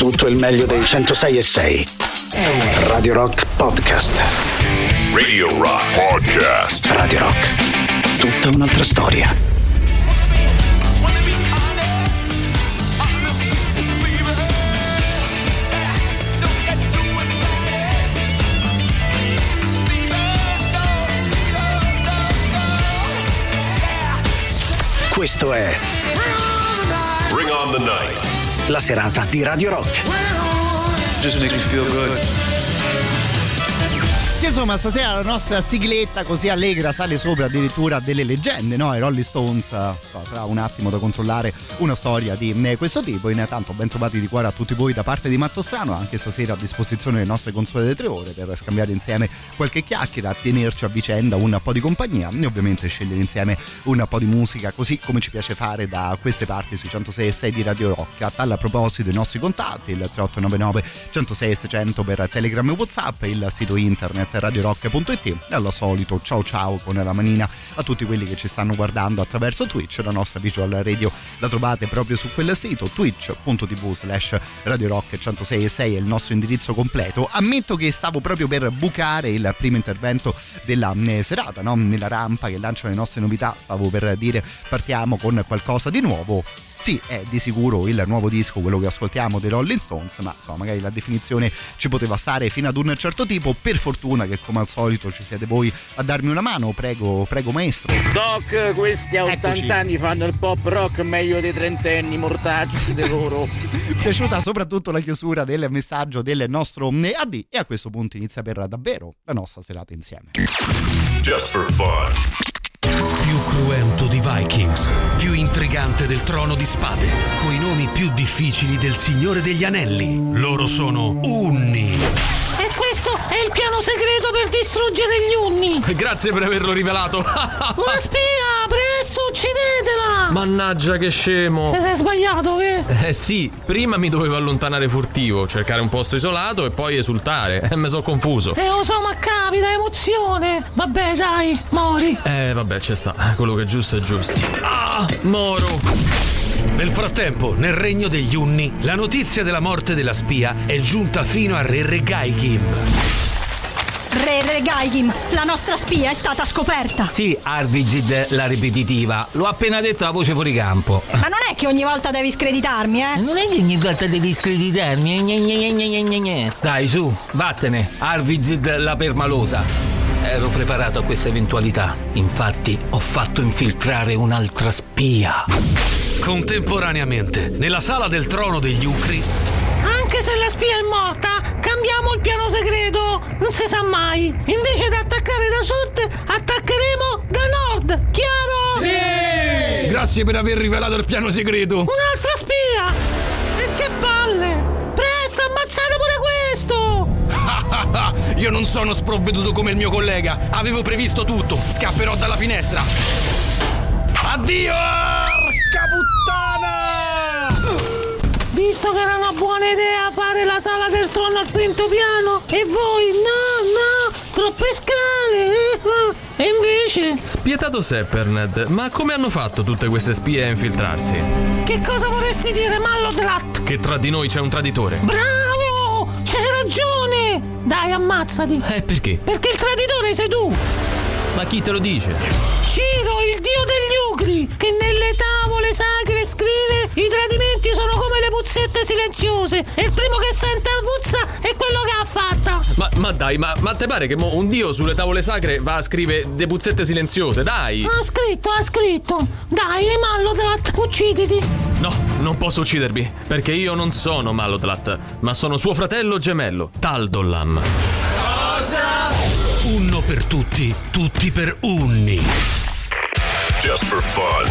tutto il meglio dei 106.6. Radio Rock Podcast. Radio Rock Podcast. Radio Rock. Tutta un'altra storia. Questo è Bring on the night. La serata di Radio Rock. Just makes me feel good. Insomma, stasera la nostra sigletta così allegra sale sopra addirittura delle leggende, no? I Rolling Stones, sarà un attimo da controllare una storia di questo tipo. Intanto ben trovati di cuore a tutti voi da parte di Mattostrano, anche stasera a disposizione le nostre consuete 3 ore per scambiare insieme qualche chiacchiera, tenerci a vicenda un po' di compagnia e ovviamente scegliere insieme un po' di musica, così come ci piace fare da queste parti sui 106.6 di Radio Rock. A tal proposito i nostri contatti, il 3899 106 600 per Telegram e WhatsApp, il sito internet radiorock.it e al solito ciao ciao con la manina a tutti quelli che ci stanno guardando attraverso Twitch. La nostra visual radio la trovate proprio su quel sito, twitch.tv/Radio Rock 106.6 è il nostro indirizzo completo. Ammetto che stavo proprio per bucare il primo intervento della serata, no? Nella rampa che lancia le nostre novità stavo per dire partiamo con qualcosa di nuovo. Sì, è di sicuro il nuovo disco, quello che ascoltiamo dei Rolling Stones, ma insomma magari la definizione ci poteva stare fino ad un certo tipo. Per fortuna che come al solito ci siete voi a darmi una mano. Prego maestro. Doc, questi a 80 anni fanno il pop rock meglio dei trentenni, mortacci di loro. Piaciuta soprattutto la chiusura del messaggio del nostro AD e a questo punto inizia per davvero la nostra serata insieme. Just for fun. Più cruento di Vikings, più intrigante del Trono di Spade, coi nomi più difficili del Signore degli Anelli. Loro sono Unni. E questo è il piano segreto per distruggere gli Unni. Grazie per averlo rivelato. Una spia, presto, uccidetela. Mannaggia che scemo. Ti sei sbagliato, che? Sì, prima mi dovevo allontanare furtivo, cercare un posto isolato e poi esultare. Mi sono confuso. Lo so, ma capita, emozione. Vabbè, dai, mori. Vabbè, ci sta. Quello che è giusto è giusto. Ah, moro. Nel frattempo, nel regno degli Unni, la notizia della morte della spia è giunta fino a Re Regaigim. Re Regaigim, la nostra spia è stata scoperta. Sì, Arvizid la ripetitiva. L'ho appena detto a voce fuori campo. Ma non è che ogni volta devi screditarmi, eh? Non è che ogni volta devi screditarmi. Dai, su, vattene, Arvizid la permalosa. Ero preparato a questa eventualità. Infatti, ho fatto infiltrare un'altra spia. Contemporaneamente, nella sala del trono degli Ucri. Anche se la spia è morta, cambiamo il piano segreto. Non si sa mai. Invece di attaccare da sud, attaccheremo da nord. Chiaro? Sì! Grazie per aver rivelato il piano segreto. Un'altra spia! E che palle! Presto, ammazzate pure questo! Io non sono sprovveduto come il mio collega. Avevo previsto tutto. Scapperò dalla finestra. Addio! Porca puttana! Visto che era una buona idea fare la sala del trono al quinto piano, e voi no, troppe scale. E invece... Spietato Sepperned, ma come hanno fatto tutte queste spie a infiltrarsi? Che cosa vorresti dire, Mallodrat? Che tra di noi c'è un traditore. Bravo! C'hai ragione! Dai, ammazzati. Perché? Perché il traditore sei tu. Ma chi te lo dice? Ciro, il dio degli Ugri, che nelle tavole sacre scrive: i tradimenti sono come le puzzette silenziose, e il primo che sente la puzza è quello che ha fatta. Ma dai, ma te pare che un dio sulle tavole sacre va a scrivere de puzzette silenziose, dai? Ha scritto. Dai, Mallodrat, ucciditi. No, non posso uccidermi, perché io non sono Mallodrat, ma sono suo fratello gemello, Taldollam. Cosa? Unno per tutti, tutti per Unni. Just for fun.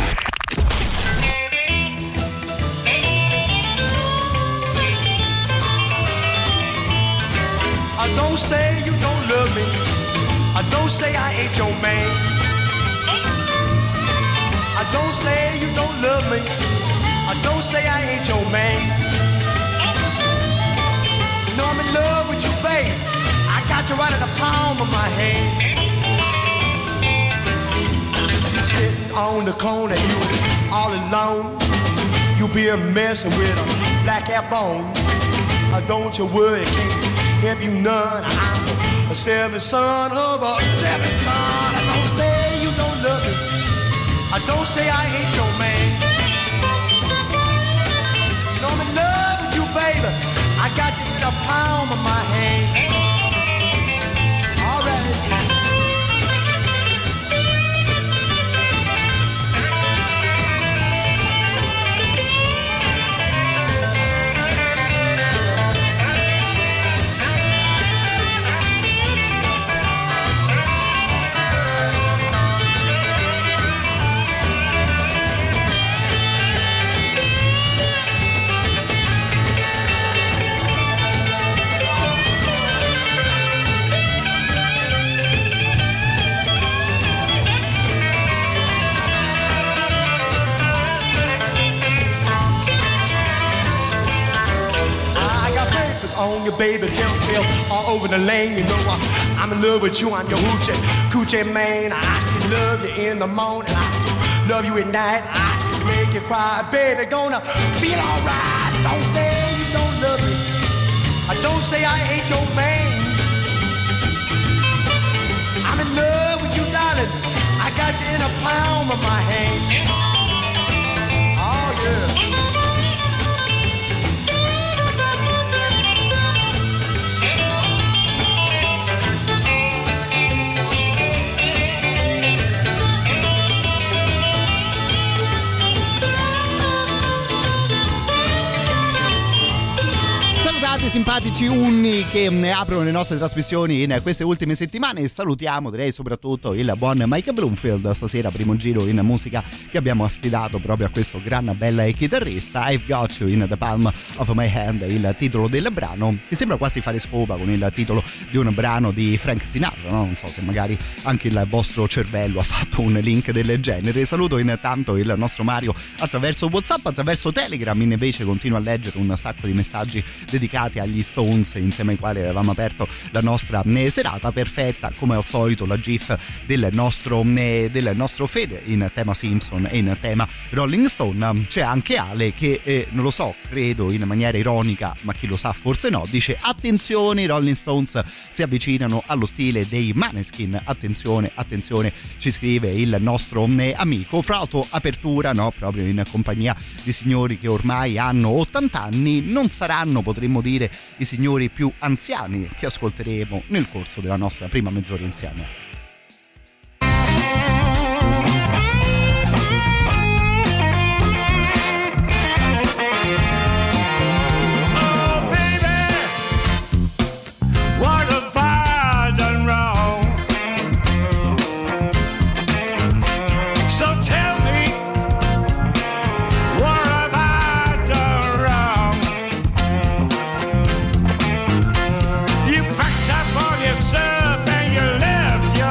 I don't say you don't love me. I don't say I ain't your man. I don't say you don't love me. I don't say I ain't your man. You know I'm in love with you, babe. I got you right in the palm of my hand. Sitting on the corner, you all alone. You be a messing with a black hair bone. Don't you worry, can't help you none. I'm a seventh son of a seventh son. Don't say you don't love me. Don't say I hate your man. You know I'm in love with you, baby. I got you in the palm of my hand. All right. On your baby, telltales all over the lane. You know I'm in love with you. I'm your hoochie man. I can love you in the morning. I can love you at night. I can make you cry, baby. Gonna feel alright. Don't say you don't love me. Don't say I hate your man. I'm in love with you, darling. I got you in the palm of my hand. Oh yeah. Simpatici unni che aprono le nostre trasmissioni in queste ultime settimane, e salutiamo, direi, soprattutto il buon Mike Bloomfield. Stasera primo giro in musica che abbiamo affidato proprio a questo gran bella chitarrista. I've Got You in the Palm of My Hand, il titolo del brano, che sembra quasi fare scopa con il titolo di un brano di Frank Sinatra, no? Non so se magari anche il vostro cervello ha fatto un link del genere. Saluto intanto il nostro Mario attraverso WhatsApp, attraverso Telegram invece continuo a leggere un sacco di messaggi dedicati agli Stones, insieme ai quali avevamo aperto la nostra serata. Perfetta come al solito la gif del nostro Fede in tema Simpson e in tema Rolling Stone. C'è anche Ale che non lo so, credo in maniera ironica, ma chi lo sa forse no, dice: attenzione, i Rolling Stones si avvicinano allo stile dei Maneskin. Attenzione, ci scrive il nostro amico. Fra l'altro apertura, no, proprio in compagnia di signori che ormai hanno 80 anni. Non saranno, potremmo dire, i signori più anziani che ascolteremo nel corso della nostra prima mezz'ora insieme. Yourself and you left your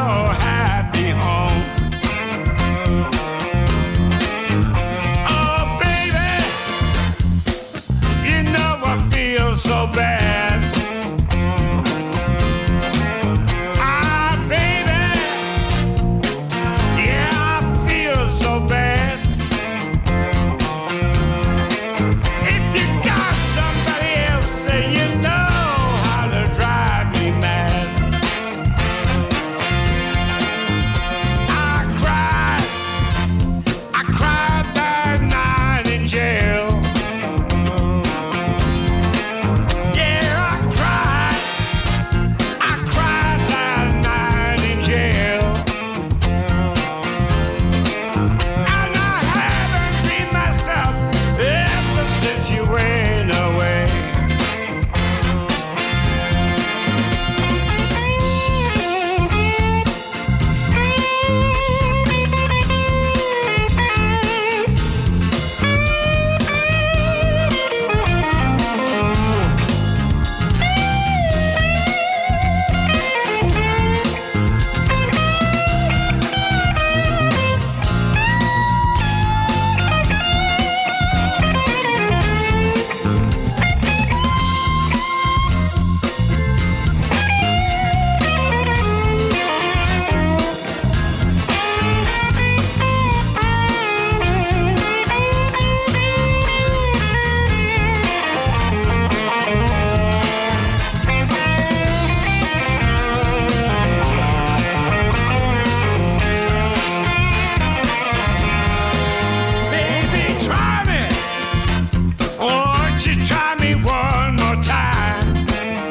try me one more time.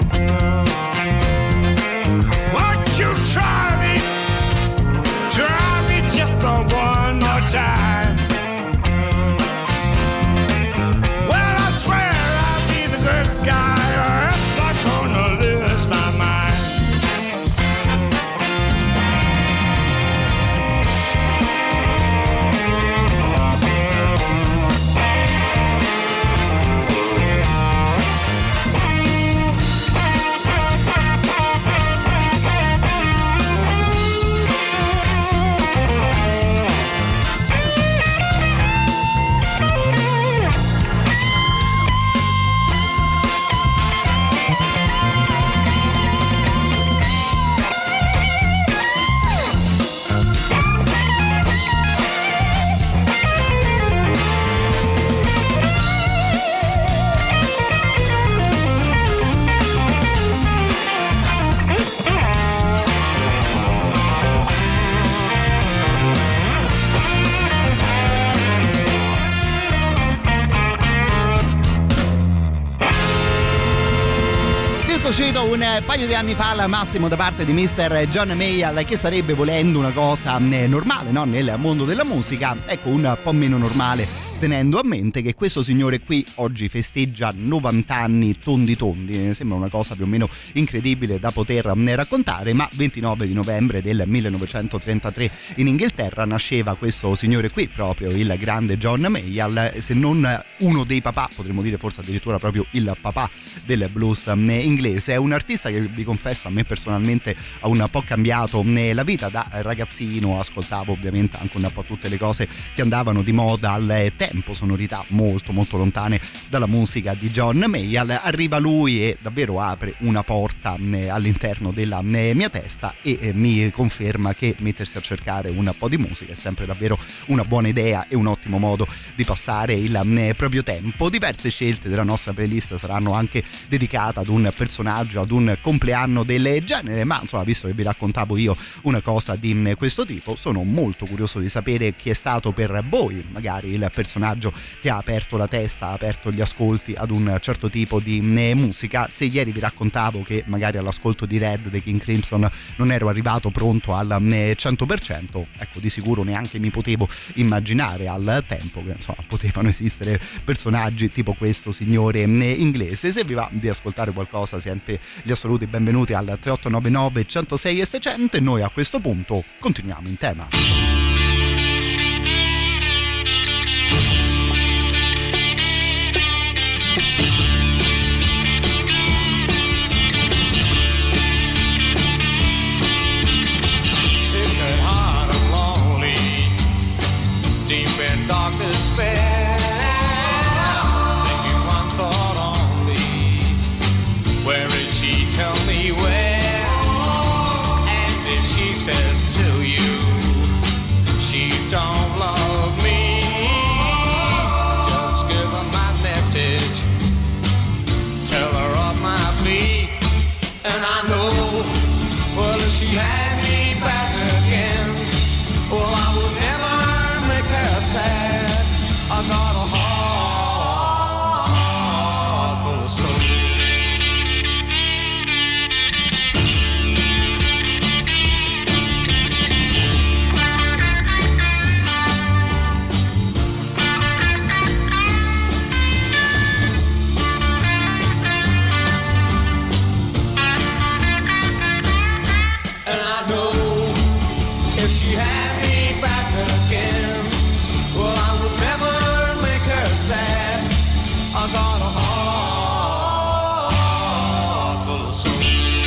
Won't you try me just one more time? Well, I swear I'll be the good guy, or else I'm gonna lose my mind. Uscito un paio di anni fa al massimo da parte di Mr. John Mayall, che sarebbe volendo una cosa normale, no? Nel mondo della musica, ecco, un po' meno normale, tenendo a mente che questo signore qui oggi festeggia 90 anni tondi. Sembra una cosa più o meno incredibile da poter raccontare, ma 29 di novembre del 1933 in Inghilterra nasceva questo signore qui, proprio il grande John Mayall, se non uno dei papà, potremmo dire forse addirittura proprio il papà del blues inglese. È un artista che, vi confesso, a me personalmente ha un po' cambiato la vita. Da ragazzino ascoltavo ovviamente anche un po' tutte le cose che andavano di moda al tempo, sonorità molto molto lontane dalla musica di John Mayall. Arriva lui e davvero apre una porta all'interno della mia testa e mi conferma che mettersi a cercare un po' di musica è sempre davvero una buona idea e un ottimo modo di passare il proprio tempo. Diverse scelte della nostra playlist saranno anche dedicate ad un personaggio, ad un compleanno del genere, ma insomma, visto che vi raccontavo io una cosa di questo tipo, sono molto curioso di sapere chi è stato per voi magari il personaggio che ha aperto la testa, ha aperto gli ascolti ad un certo tipo di musica. Se ieri vi raccontavo che magari all'ascolto di Red dei King Crimson non ero arrivato pronto al 100%, ecco, di sicuro neanche mi potevo immaginare al tempo che insomma potevano esistere personaggi tipo questo signore inglese. Se vi va di ascoltare qualcosa, sempre gli assoluti benvenuti al 3899 106 e 600 e noi a questo punto continuiamo in tema. Deep in dark despair, thinking one thought only, where is she, tell me where, and if she says to you, she don't love me, just give her my message, tell her of my plea, and I know, well if she had me back again, well I would never sad. I got a heart full of soul. And I know if she had me back again, well, I would never make her sad. I got a heart full of soul.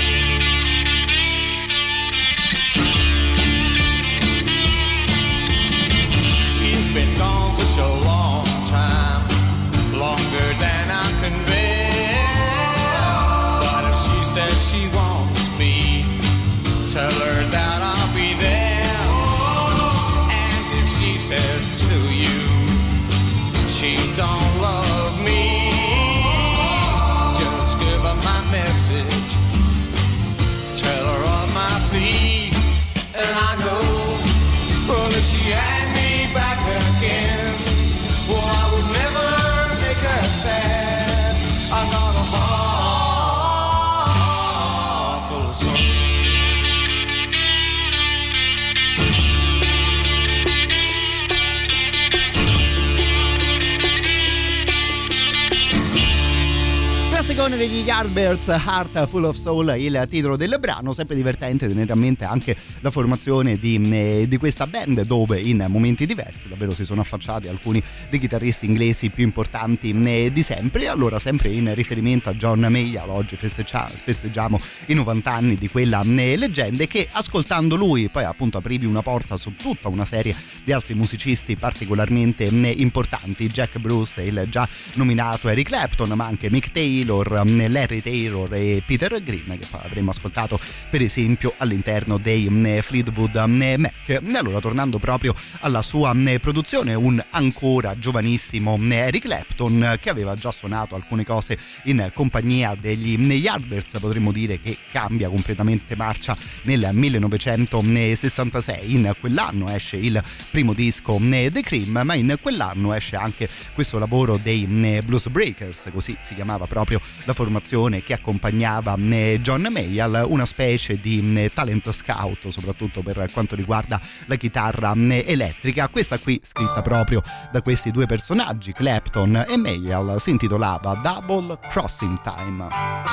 She's been gone such a long time, longer than I can bear. But if she says she wants me, tell her that I'll be there. And if she says to you, she don't love me, just give her my message, tell her of my plea, and I know, well if she had me back again, well I would never make her sad, Classicone degli Yardbirds, Heart Full of Soul, il titolo del brano. Sempre divertente tenere a mente anche la formazione di questa band, dove in momenti diversi davvero si sono affacciati alcuni dei chitarristi inglesi più importanti di sempre. Allora, sempre in riferimento a John Mayall, oggi festeggiamo i 90 anni di quella leggenda, che ascoltando lui poi appunto aprivi una porta su tutta una serie di altri musicisti particolarmente importanti: Jack Bruce, il già nominato Eric Clapton, ma anche Mick Taylor, Larry Taylor e Peter Green, che poi avremmo ascoltato per esempio all'interno dei Fleetwood Mac. Allora, tornando proprio alla sua produzione, un ancora giovanissimo Eric Clapton, che aveva già suonato alcune cose in compagnia degli Yardbirds, potremmo dire che cambia completamente marcia nel 1966. In quell'anno esce il primo disco The Cream, ma in quell'anno esce anche questo lavoro dei Blues Breakers, così si chiamava proprio la formazione che accompagnava John Mayall, una specie di talent scout soprattutto per quanto riguarda la chitarra elettrica. Questa qui, scritta proprio da questi due personaggi, Clapton e Mayall, si intitolava Double Crossing Time.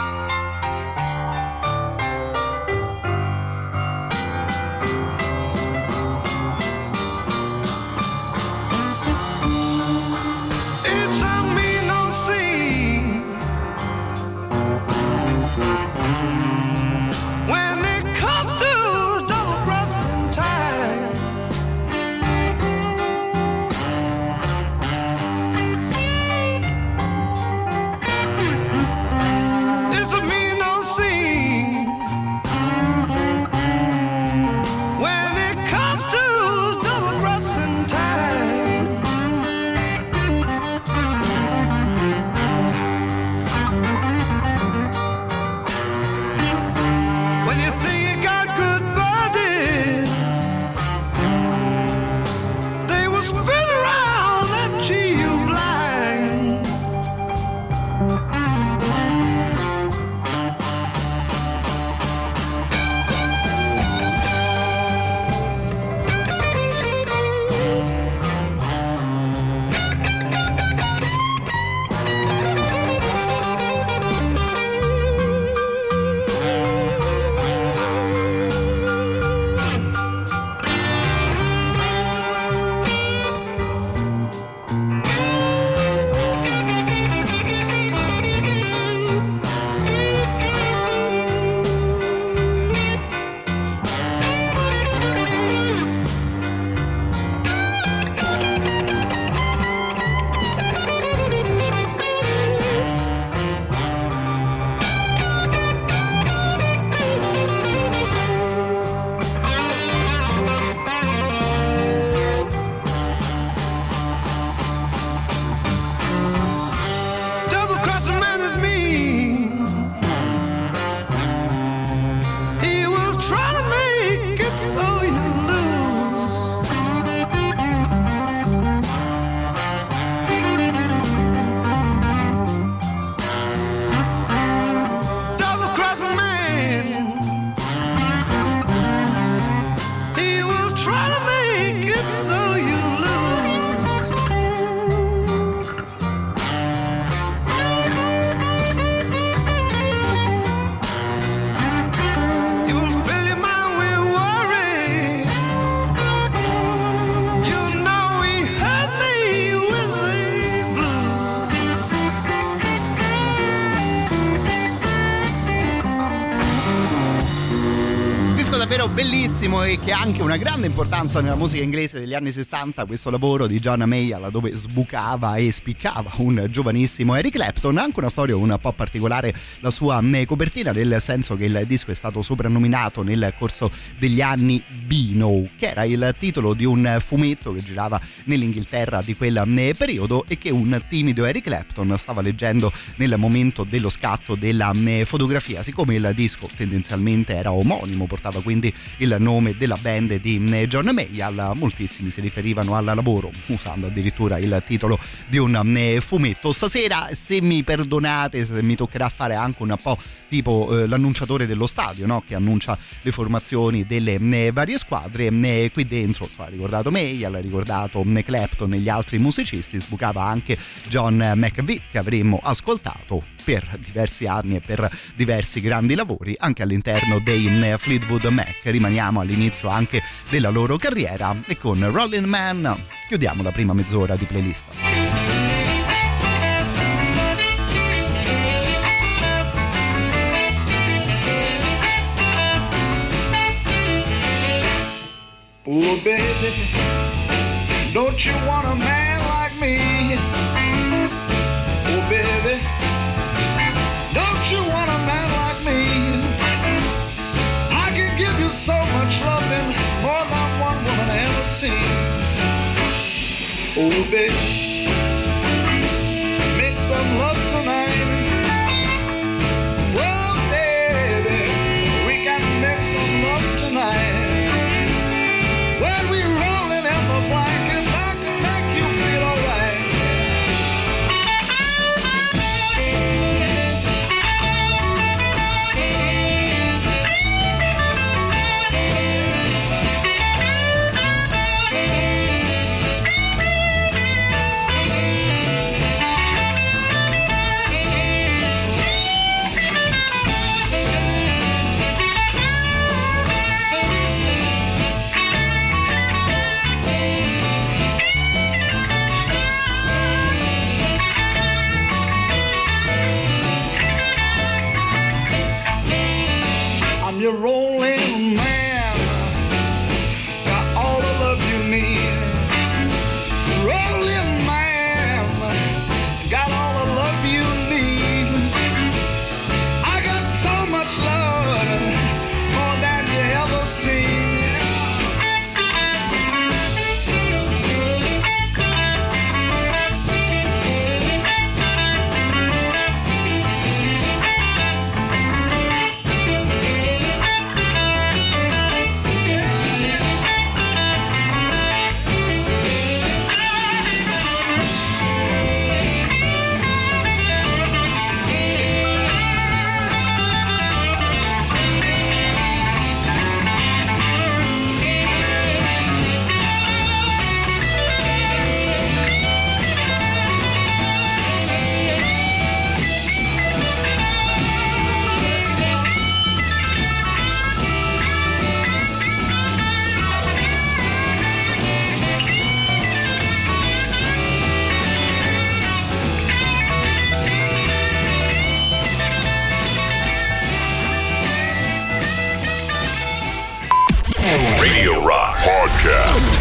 Bellissimo, e che ha anche una grande importanza nella musica inglese degli anni 60, questo lavoro di John Mayall, dove sbucava e spiccava un giovanissimo Eric Clapton. Anche una storia un po' particolare la sua copertina, nel senso che il disco è stato soprannominato nel corso degli anni Beano, che era il titolo di un fumetto che girava nell'Inghilterra di quel periodo e che un timido Eric Clapton stava leggendo nel momento dello scatto della fotografia. Siccome il disco tendenzialmente era omonimo, portava quindi il nome della band di John Mayall, moltissimi si riferivano al lavoro usando addirittura il titolo di un fumetto. Stasera, se mi perdonate, mi toccherà fare anche un po' tipo l'annunciatore dello stadio, no? Che annuncia le formazioni delle varie squadre. Qui dentro ha ricordato Mayall, ha ricordato Clapton e gli altri musicisti, sbucava anche John McVie, che avremmo ascoltato per diversi anni e per diversi grandi lavori anche all'interno dei Fleetwood Mac. Rimaniamo all'inizio anche della loro carriera e con Rollin' Man chiudiamo la prima mezz'ora di playlist. Oh baby, don't you want a man like me? Oh baby, don't you want a man like me? I can give you so much loving, more than one woman ever seen. Oh baby, make some love tonight. Well baby, we can make some love tonight. When we rolling in the blankets, I can make you feel alright. You're rolling man, got all the love you need. Rolling man, got all the love you need. I got so much love, more than you ever seen. Radio Rock Podcast.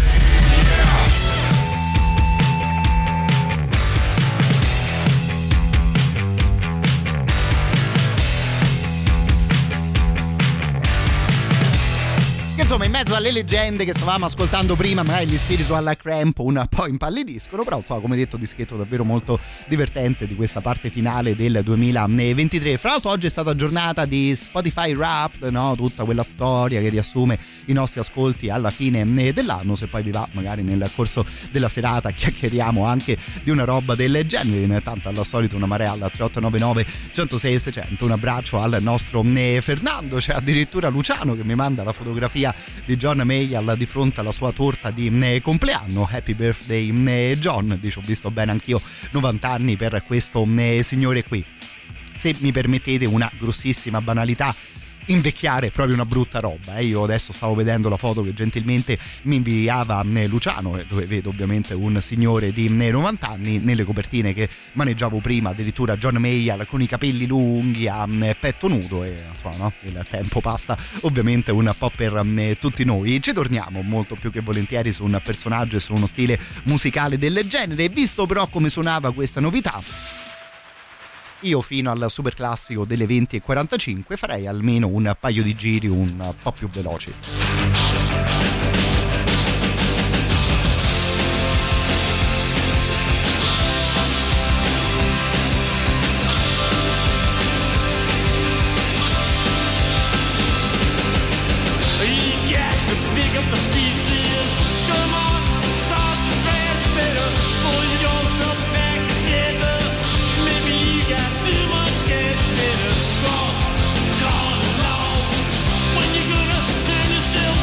Insomma, in mezzo alle leggende che stavamo ascoltando prima, magari gli Spiritual Cramp un po' impallidiscono, però insomma, come detto, dischetto davvero molto divertente di questa parte finale del 2023. Fra l'altro oggi è stata giornata di Spotify Wrapped, no? Tutta quella storia che riassume i nostri ascolti alla fine dell'anno. Se poi vi va, magari nel corso della serata chiacchieriamo anche di una roba del genere. Intanto al solito una marea alla 3899 106 600. Un abbraccio al nostro Fernando, c'è addirittura Luciano che mi manda la fotografia di John Mayall di fronte alla sua torta di compleanno. Happy birthday John, dice, ho visto bene anch'io, 90 anni per questo signore qui. Se mi permettete una grossissima banalità, invecchiare è proprio una brutta roba. Io adesso stavo vedendo la foto che gentilmente mi inviava Luciano, dove vedo ovviamente un signore di 90 anni, nelle copertine che maneggiavo prima addirittura John Mayall con i capelli lunghi a petto nudo, e insomma, no? Il tempo passa ovviamente un po' per tutti noi. Ci torniamo molto più che volentieri su un personaggio e su uno stile musicale del genere. Visto però come suonava questa novità, io fino al super classico delle 20:45 farei almeno un paio di giri un po' più veloci. Too much cash, better call along. When you're gonna turn yourself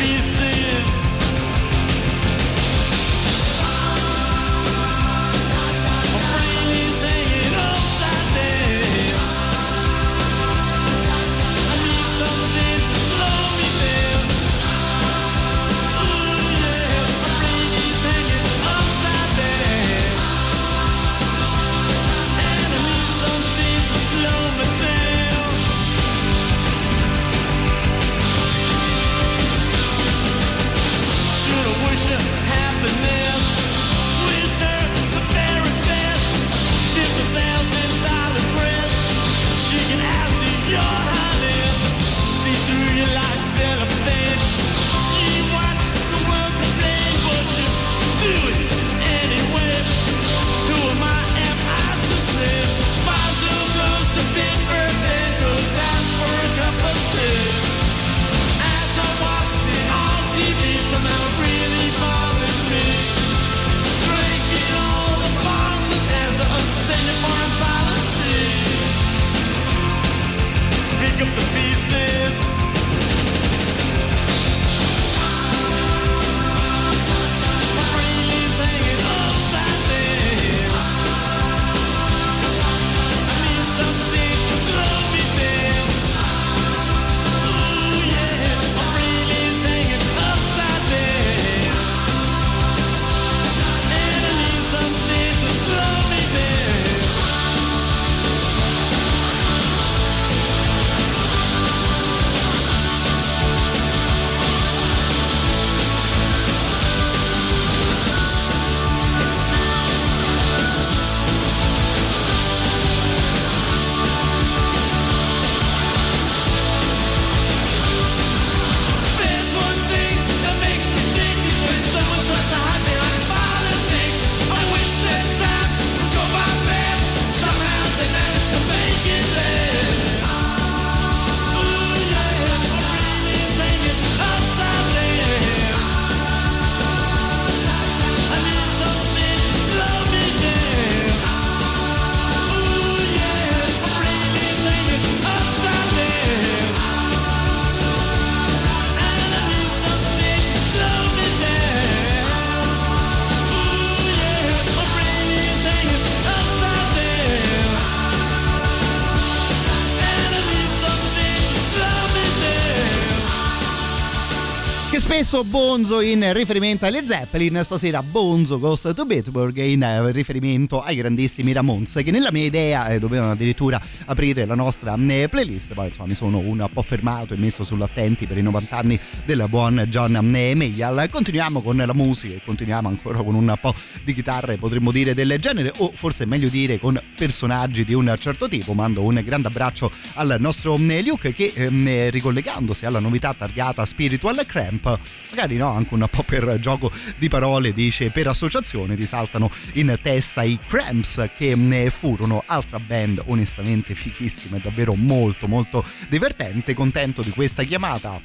Spesso Bonzo in riferimento alle Zeppelin, stasera Bonzo Goes to Pittsburgh in riferimento ai grandissimi Ramones, che nella mia idea dovevano addirittura aprire la nostra playlist. Poi insomma mi sono un po' fermato e messo sull'attenti per i 90 anni del buon John Mayall. Continuiamo con la musica e continuiamo ancora con un po' di chitarre, potremmo dire, del genere, o forse è meglio dire con personaggi di un certo tipo. Mando un grande abbraccio al nostro Luke che ricollegandosi alla novità targata Spiritual Cramp, magari no, anche un po' per gioco di parole, dice per associazione ti saltano in testa i Cramps, che furono altra band onestamente fichissima e davvero molto molto divertente. Contento di questa chiamata.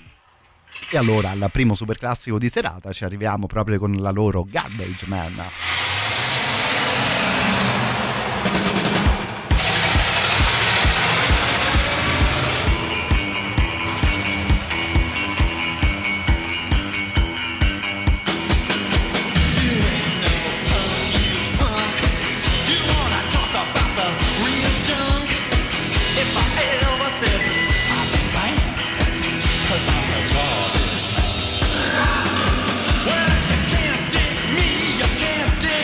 E allora al primo superclassico di serata ci arriviamo proprio con la loro Garbage Man. Well, you can't dig me, you can't dig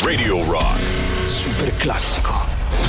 Radio Rock. Super classico.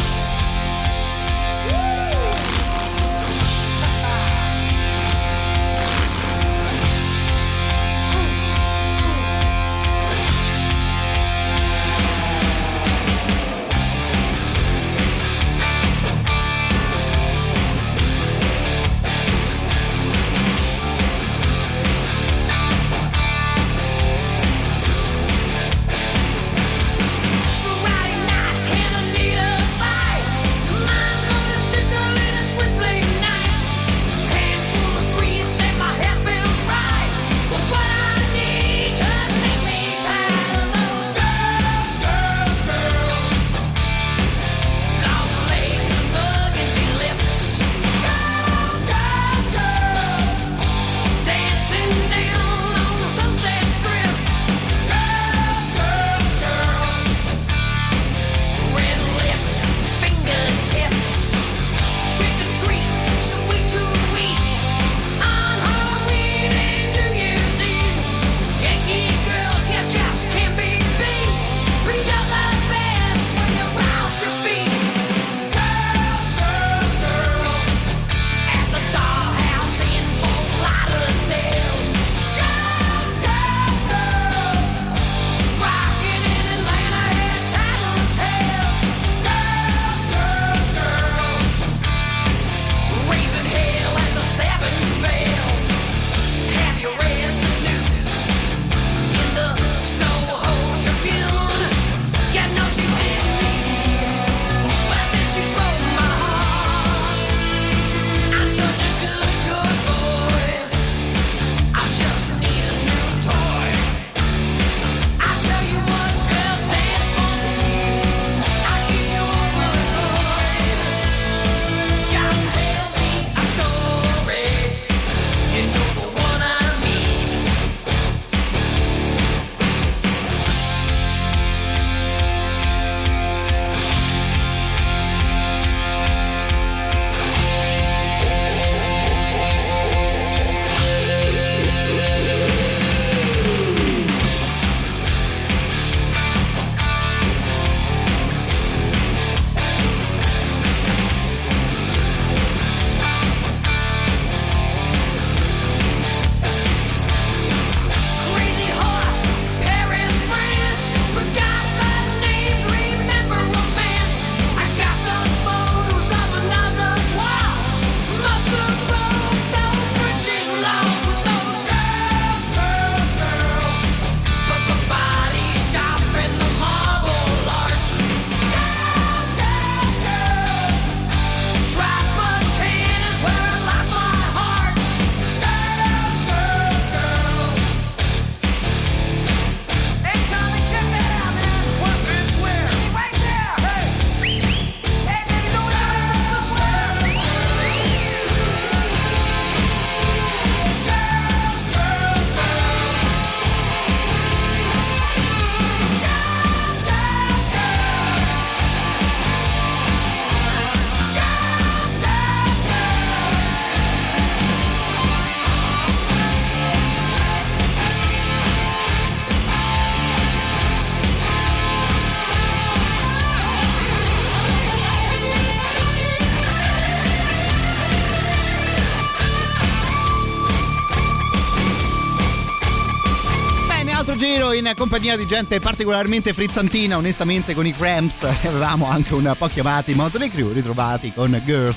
giro in compagnia di gente particolarmente frizzantina. Onestamente con i Cramps avevamo anche un po' chiamati Motley Crue, ritrovati con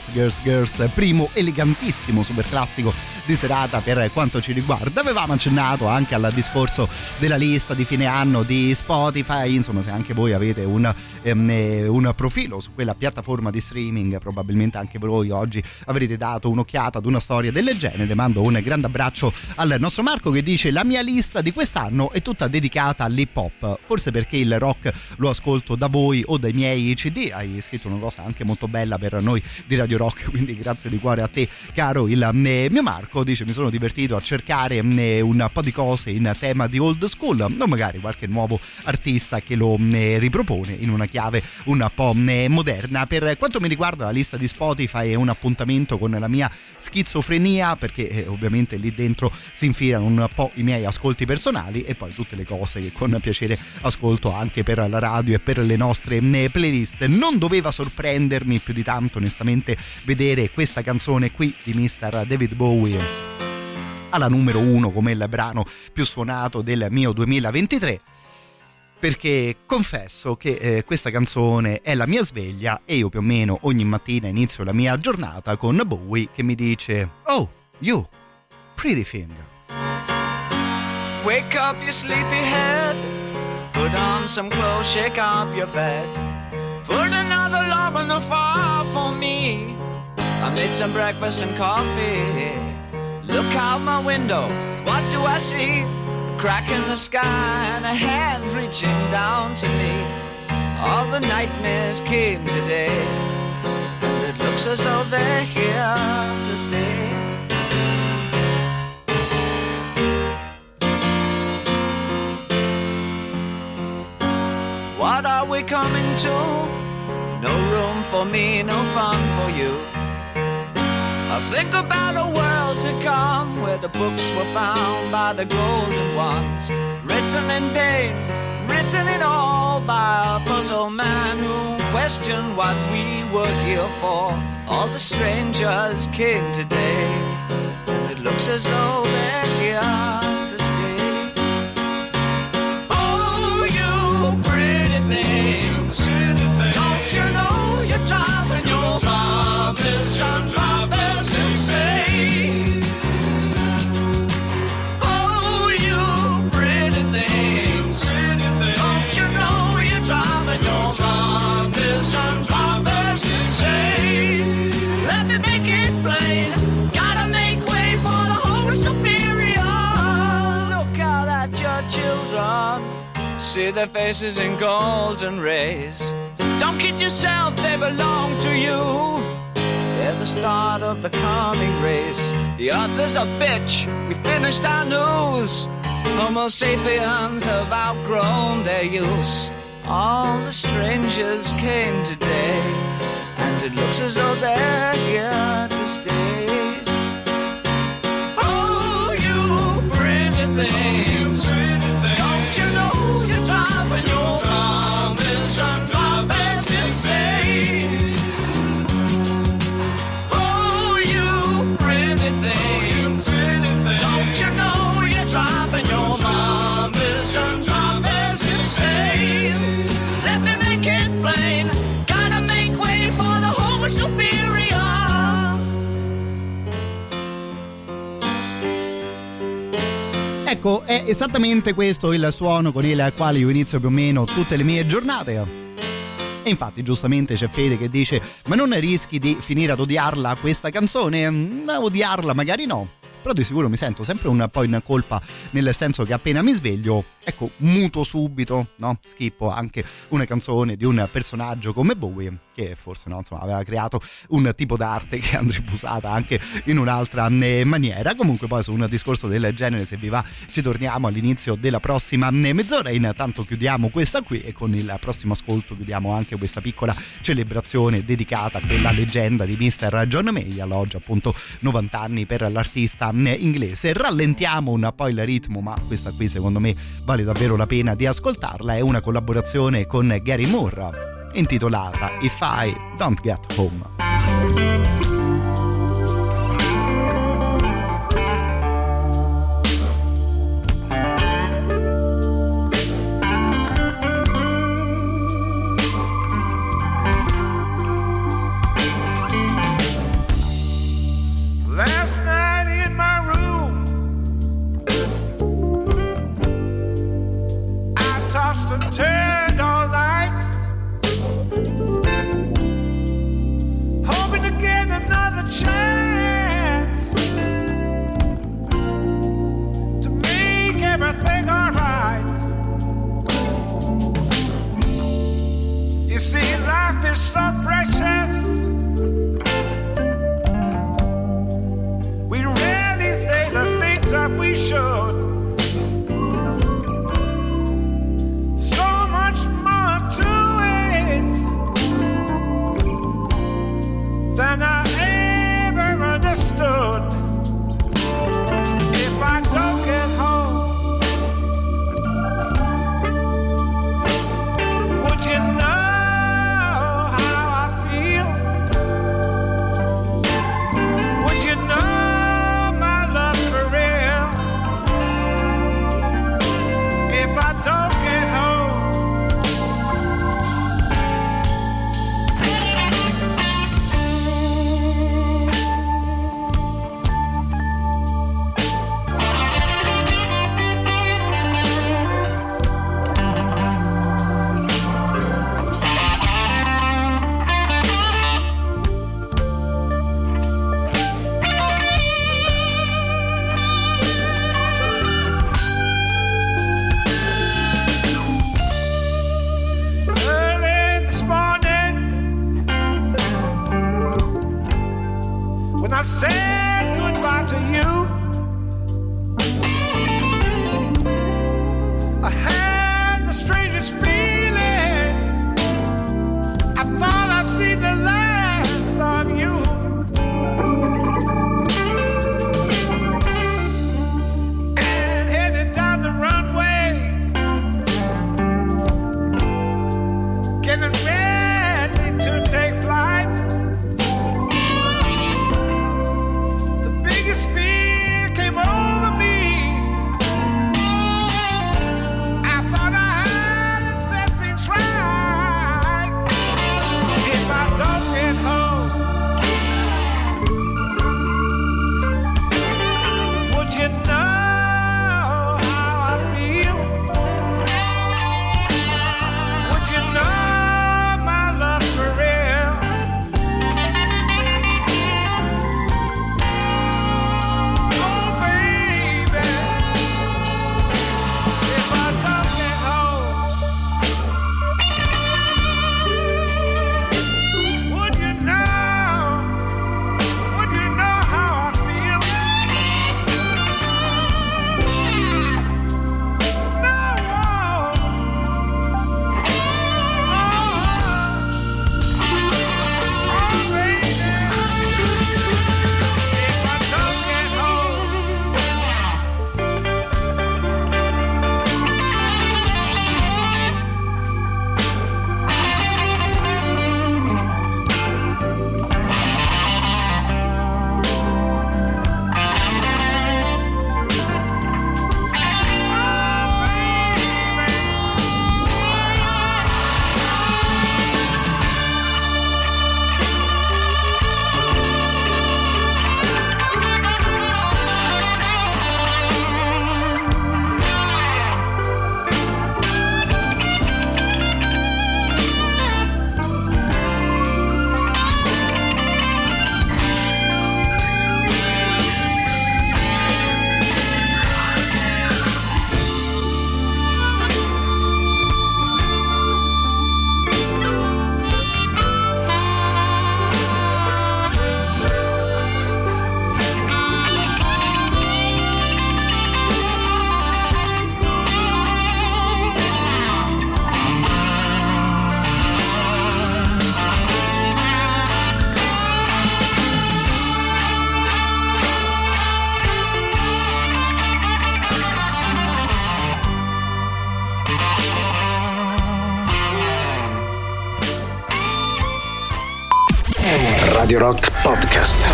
Girls, primo elegantissimo super classico di serata per quanto ci riguarda. Avevamo accennato anche al discorso della lista di fine anno di Spotify, insomma se anche voi avete un profilo su quella piattaforma di streaming, probabilmente anche voi oggi avrete dato un'occhiata ad una storia del genere. Mando un grande abbraccio al nostro Marco che dice: la mia lista di quest'anno è tutta dedicata all'hip hop, forse perché il rock lo ascolto da voi o dai miei CD. Hai scritto una cosa anche molto bella per noi di Radio Rock, quindi grazie di cuore a te caro il mio Marco. Dice: mi sono divertito a cercare un po' di cose in tema di old school, o magari qualche nuovo artista che lo ripropone in una chiave un po' moderna. Per quanto mi riguarda la lista di Spotify è un appuntamento con la mia schizofrenia, perché ovviamente lì dentro si infilano un po' i miei ascolti personali e poi tutte le cose cose che con piacere ascolto anche per la radio e per le nostre playlist. Non doveva sorprendermi più di tanto onestamente vedere questa canzone qui di Mr. David Bowie alla numero 1 come il brano più suonato del mio 2023, perché confesso che questa canzone è la mia sveglia e io più o meno ogni mattina inizio la mia giornata con Bowie che mi dice "Oh, you, pretty thing". Wake up, you sleepyhead. Put on some clothes, shake up your bed. Put another log on the fire for me. I made some breakfast and coffee. Look out my window, what do I see? A crack in the sky and a hand reaching down to me. All the nightmares came today, and it looks as though they're here to stay. What are we coming to? No room for me, no fun for you. I think about a world to come where the books were found by the golden ones, written in pain, written in all by a puzzle man who questioned what we were here for. All the strangers came today, and it looks as though they're here to stay. Oh, you pretty things, don't you know you're driving your drivers insane? Oh, you pretty things, don't you know you're driving your drivers insane? Let me make it plain, gotta make way for the Holy Superior. Look out at your children, see their faces in golden rays. Don't kid yourself, they belong to you. They're the start of the coming race. The other's a bitch, we finished our news. Homo sapiens have outgrown their use. All the strangers came today, and it looks as though they're here to stay. Oh, you pretty things, don't you know you're driving your drivers insane? Oh, you pretty things, don't you know you're driving your drivers insane? Let me make it plain, gotta make way for the Homo Superior. Ecco, è esattamente questo il suono con il quale io inizio più o meno tutte le mie giornate. E infatti giustamente c'è Fede che dice: ma non rischi di finire ad odiarla questa canzone? Odiarla magari no, però di sicuro mi sento sempre un po' in colpa, nel senso che appena mi sveglio, ecco, muto subito, no? Schippo anche una canzone di un personaggio come Bowie, che forse no, insomma, aveva creato un tipo d'arte che andrebbe usata anche in un'altra maniera. Comunque poi su un discorso del genere, se vi va, ci torniamo all'inizio della prossima mezz'ora. Intanto chiudiamo questa qui e con il prossimo ascolto chiudiamo anche questa piccola celebrazione dedicata a quella leggenda di Mr. John Mayall, oggi appunto 90 anni per l'artista inglese. Rallentiamo un po' il ritmo, ma questa qui secondo me vale davvero la pena di ascoltarla. È una collaborazione con Gary Moore intitolata If I Don't Get Home. Last night in my room, I tossed and turned all night, hoping to get another chance to make everything alright. You see, life is so precious, we rarely say the things that we should. So much more to it than I ever understood. If I don't get home, getting ready to take flight. The biggest fear came over me. I thought I had set things right. If I don't get home, would you know how I feel? Would you know my love for real? Oh baby, if I don't get home, would you know how I feel? Radio Rock Podcast.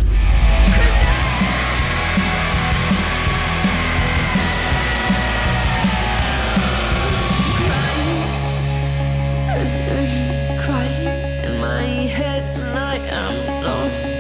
There's urgent crying in my head and I am lost.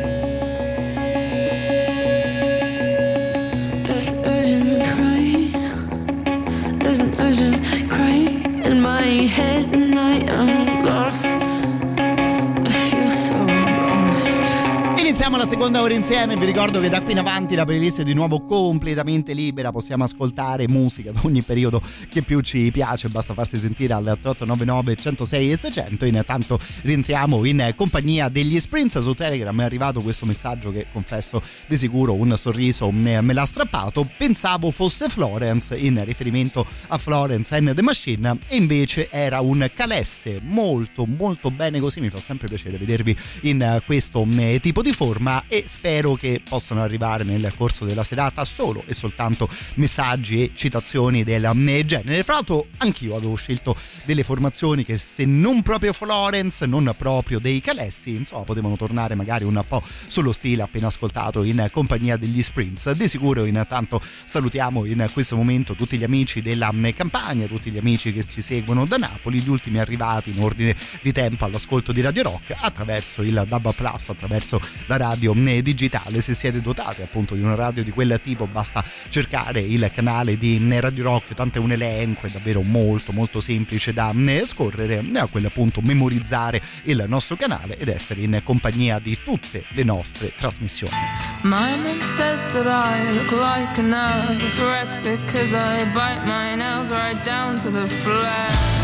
There's urgent crying. There's an urgent crying in my head and I am lost. I feel so lost. Iniziamo la seconda ora insieme. Vi ricordo che da qui in avanti la playlist è di nuovo completamente libera. Possiamo ascoltare musica da ogni periodo che più ci piace. Basta farsi sentire al 3899 106 e 600. Intanto rientriamo in compagnia degli Sprints. Su Telegram è arrivato questo messaggio che, confesso, di sicuro un sorriso me l'ha strappato. Pensavo fosse Florence, in riferimento a Florence and the Machine, e invece era un Calesse. Molto molto bene così. Mi fa sempre piacere vedervi in questo tipo di forma e spero che possano arrivare nel corso della serata solo e soltanto messaggi e citazioni del genere. Fra l'altro anch'io avevo scelto delle formazioni che, se non proprio Florence, non proprio dei Calessi, insomma potevano tornare magari un po' sullo stile appena ascoltato in compagnia degli Sprints. Di sicuro intanto salutiamo in questo momento tutti gli amici della Campania, tutti gli amici che ci seguono da Napoli, gli ultimi arrivati in ordine di tempo all'ascolto di Radio Rock attraverso il DAB+, attraverso la radio digitale. Se siete dotati appunto di una radio di quel tipo, basta cercare il canale di Radio Rock, tanto è un elenco, è davvero molto molto semplice da scorrere, e a quel punto memorizzare il nostro canale ed essere in compagnia di tutte le nostre trasmissioni. My mom says that I look like a nervous wreck because I bite my nails right down to the flesh.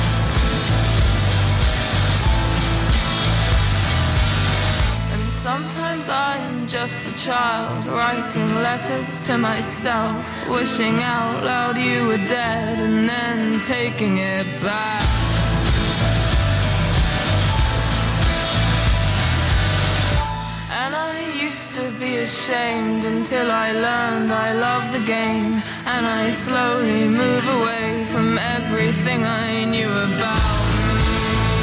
Sometimes I am just a child writing letters to myself, wishing out loud you were dead and then taking it back. And I used to be ashamed until I learned I love the game, and I slowly move away from everything I knew about me.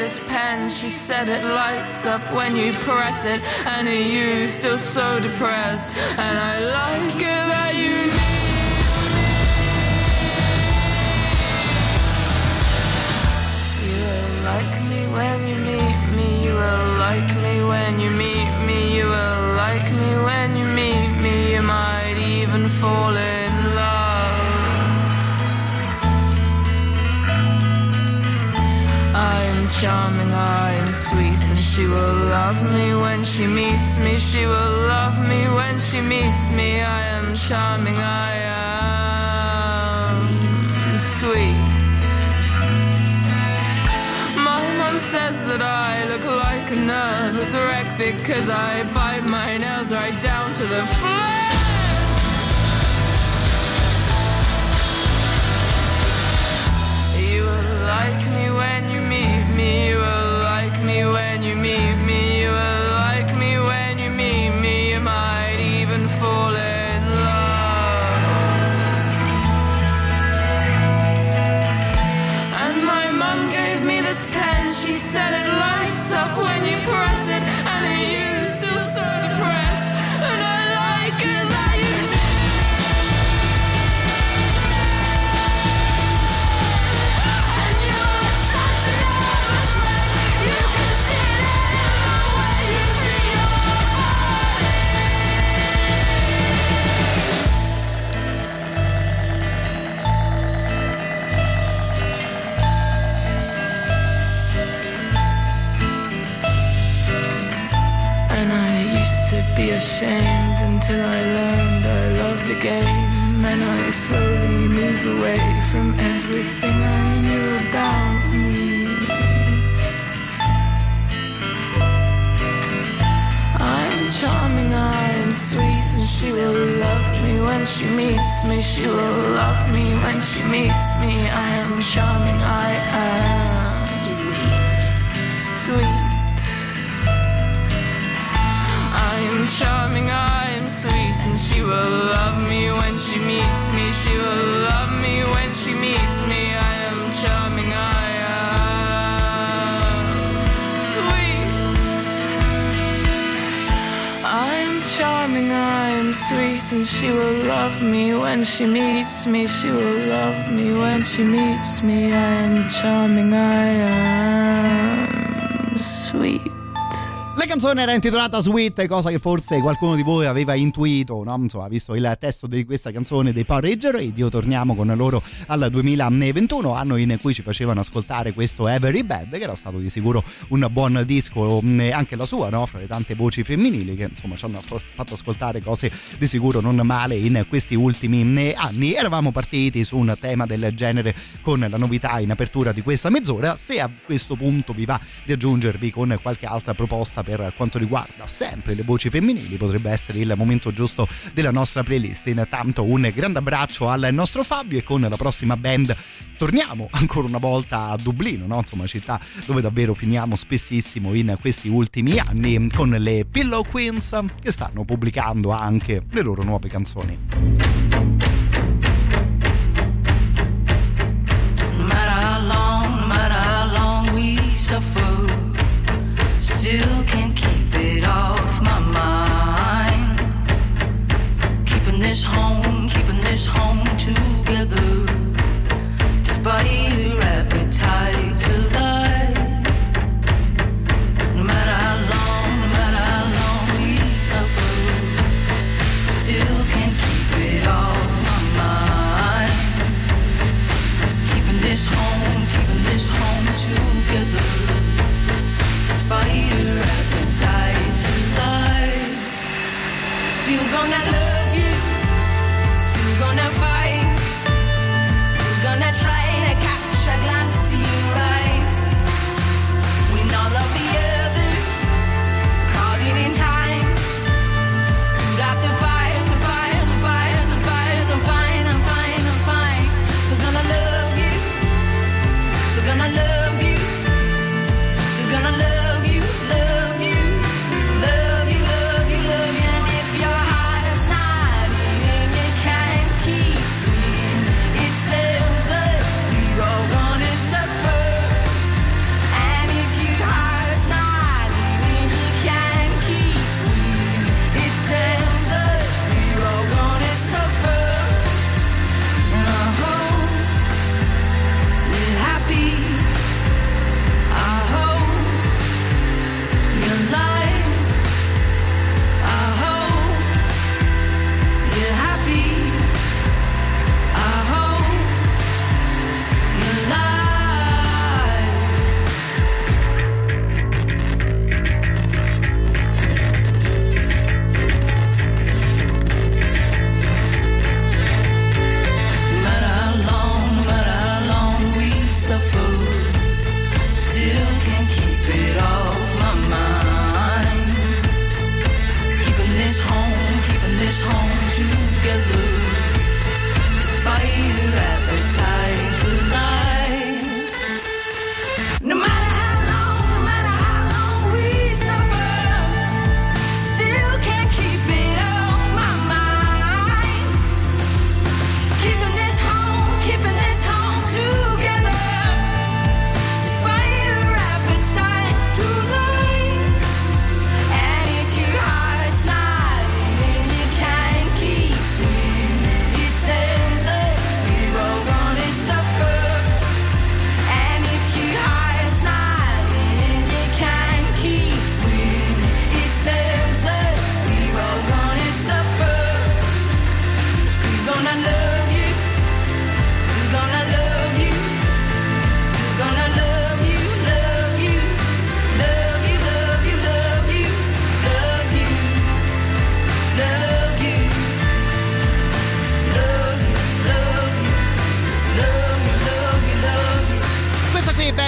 this pen. She said it lights up when you press it. And are you still so depressed? And I like it that you need me. You will like me when you meet me. You will like me when you meet me. You will like me when you meet me. You might even fall in love. I'm charming, I'm sweet, and she will love me when she meets me. She will love me when she meets me. I am charming, I am sweet. My mom says that I look like a nervous wreck because I bite my nails right down to the flesh. You will like me when you meet me. You will like me when you meet me. You will like me when you meet me. You might even fall in love. And my mum gave me this pen. She said it lights up when you press it. And are you still so depressed? And I like it that you to be ashamed until I learned I loved the game, and I slowly move away from everything I knew about me. I'm charming, I'm sweet, and she will love me when she meets me. She will love me when she meets me. I am charming, I am sweet, sweet. I'm charming, I am sweet, and she will love me when she meets me. She will love me when she meets me. I am charming, I am sweet. I'm charming, I am sweet, and she will love me when she meets me. She will love me when she meets me. I am charming, I am sweet. La canzone era intitolata Sweet, cosa che forse qualcuno di voi aveva intuito, no? Insomma, visto il testo di questa canzone dei Porridge Radio. Torniamo con loro al 2021, anno in cui ci facevano ascoltare questo Every Bad, che era stato di sicuro un buon disco, anche la sua, no? Fra le tante voci femminili che insomma ci hanno fatto ascoltare cose di sicuro non male in questi ultimi anni. Eravamo partiti su un tema del genere con la novità in apertura di questa mezz'ora. Se a questo punto vi va di aggiungervi con qualche altra proposta per quanto riguarda sempre le voci femminili, potrebbe essere il momento giusto della nostra playlist. Intanto un grande abbraccio al nostro Fabio, e con la prossima band torniamo ancora una volta a Dublino, no? Insomma, città dove davvero finiamo spessissimo in questi ultimi anni, con le Pillow Queens, che stanno pubblicando anche le loro nuove canzoni. No matter how long we suffer, still can't keep it off my mind. Keeping this home together, despite your appetite to lie. No matter how long we suffer, still can't keep it off my mind. Keeping this home together, despite your appetite to lie. Still gonna love you, still gonna fight.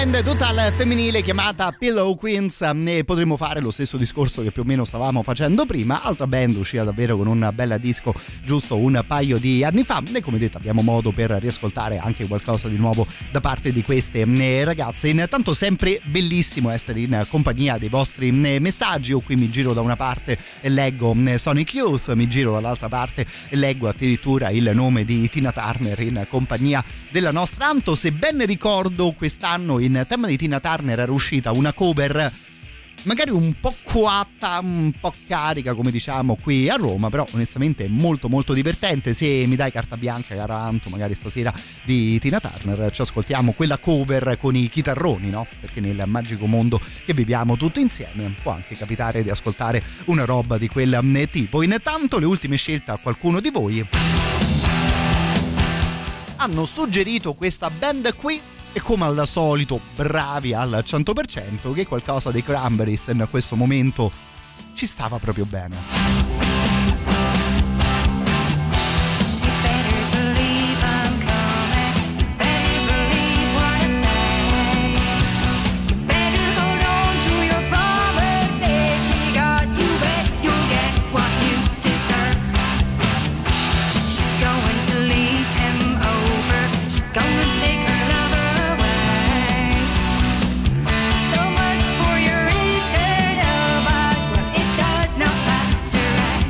band tutta al femminile chiamata Pillow Queens, e potremmo fare lo stesso discorso che più o meno stavamo facendo prima. Altra band uscita davvero con un bel disco giusto un paio di anni fa, e come detto abbiamo modo per riascoltare anche qualcosa di nuovo da parte di queste ragazze. Intanto sempre bellissimo essere in compagnia dei vostri messaggi. Io qui mi giro da una parte e leggo Sonic Youth, mi giro dall'altra parte e leggo addirittura il nome di Tina Turner in compagnia della nostra Anto. Se ben ricordo, quest'anno in tema di Tina Turner era uscita una cover magari un po' coatta, un po' carica come diciamo qui a Roma, però onestamente molto molto divertente. Se mi dai carta bianca, cara Anto, magari stasera di Tina Turner ci ascoltiamo quella cover con i chitarroni, no? Perché nel magico mondo che viviamo tutti insieme può anche capitare di ascoltare una roba di quel tipo. Intanto le ultime scelte a qualcuno di voi hanno suggerito questa band qui, e come al solito bravi al 100%, che qualcosa dei Cranberries in questo momento ci stava proprio bene. So much for your eternal vows. Well, it does not matter.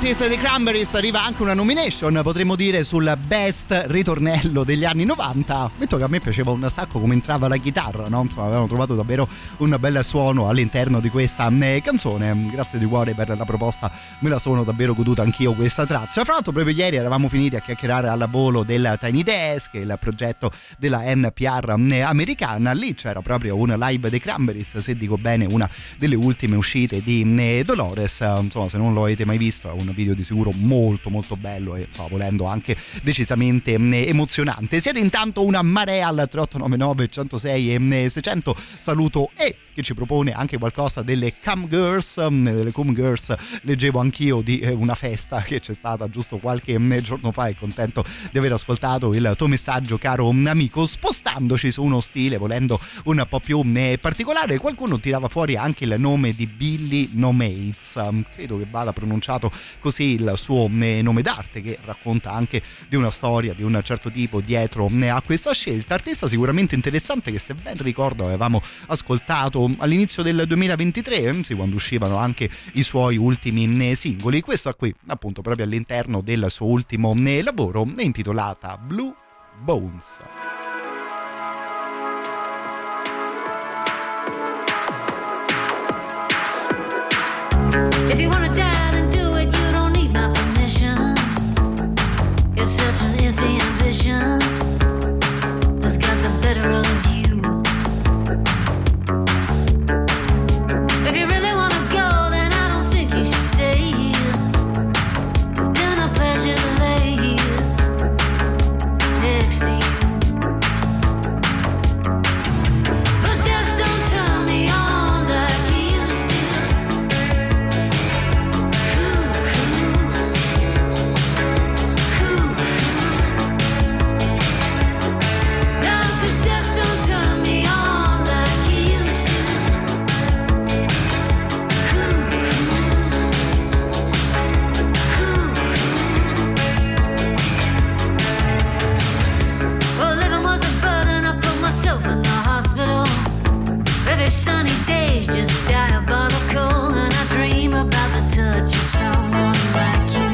Oasis dei Cranberries arriva anche una nomination, potremmo dire, sul best ritornello degli anni 90. Metto che a me piaceva un sacco come entrava la chitarra, no? Insomma, avevano trovato davvero un bel suono all'interno di questa canzone. Grazie di cuore per la proposta, me la sono davvero goduta anch'io questa traccia. Fra l'altro proprio ieri eravamo finiti a chiacchierare al volo del Tiny Desk, il progetto della NPR americana. Lì c'era proprio un live dei Cranberries, se dico bene una delle ultime uscite di Dolores. Insomma, se non lo avete mai visto, è un video di sicuro molto molto bello e, insomma, volendo anche decisamente emozionante. Siete intanto una marea al 3899 106 e 600. Saluto E che ci propone anche qualcosa delle Cam Girls. Leggevo anch'io di una festa che c'è stata giusto qualche giorno fa e contento di aver ascoltato il tuo messaggio, caro amico. Spostandoci su uno stile volendo un po' più particolare, qualcuno tirava fuori anche il nome di Billy Nomates, credo che vada pronunciato così il suo nome d'arte, che racconta anche di una storia di un certo tipo dietro a questa scelta. Artista sicuramente interessante che, se ben ricordo, avevamo ascoltato all'inizio del 2023, quando uscivano anche i suoi ultimi singoli. Questo qui appunto proprio all'interno del suo ultimo lavoro, è intitolata Blue Bones. If you wanna die, then do it. You don't need my permission. You're such an iffy ambition that's got the better of you. If you really wanna go, then I don't think you should stay here. It's been a pleasure to lay here next to you. But just don't turn me on like you used to. Every sunny day's just diabolical, and I dream about the touch of someone like you.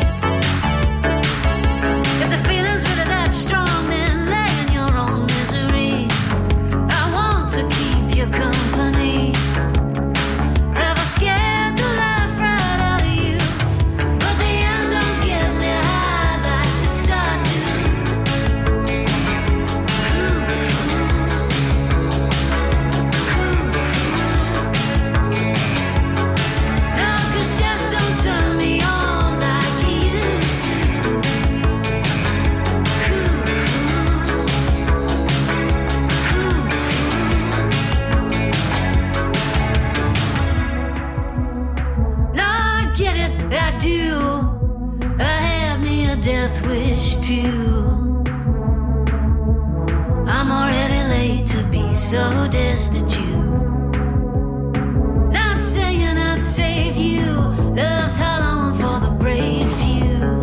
If the feeling's really that strong, then lay in your own misery. I want to keep you company. Ever scared the life right out of you, but the end don't get me high like the start do. Turn me on like you used to. No, I get it, I do. I have me a death wish too. I'm already late to be so destitute. Not saying I'd save you. Love's hollow for the brave few.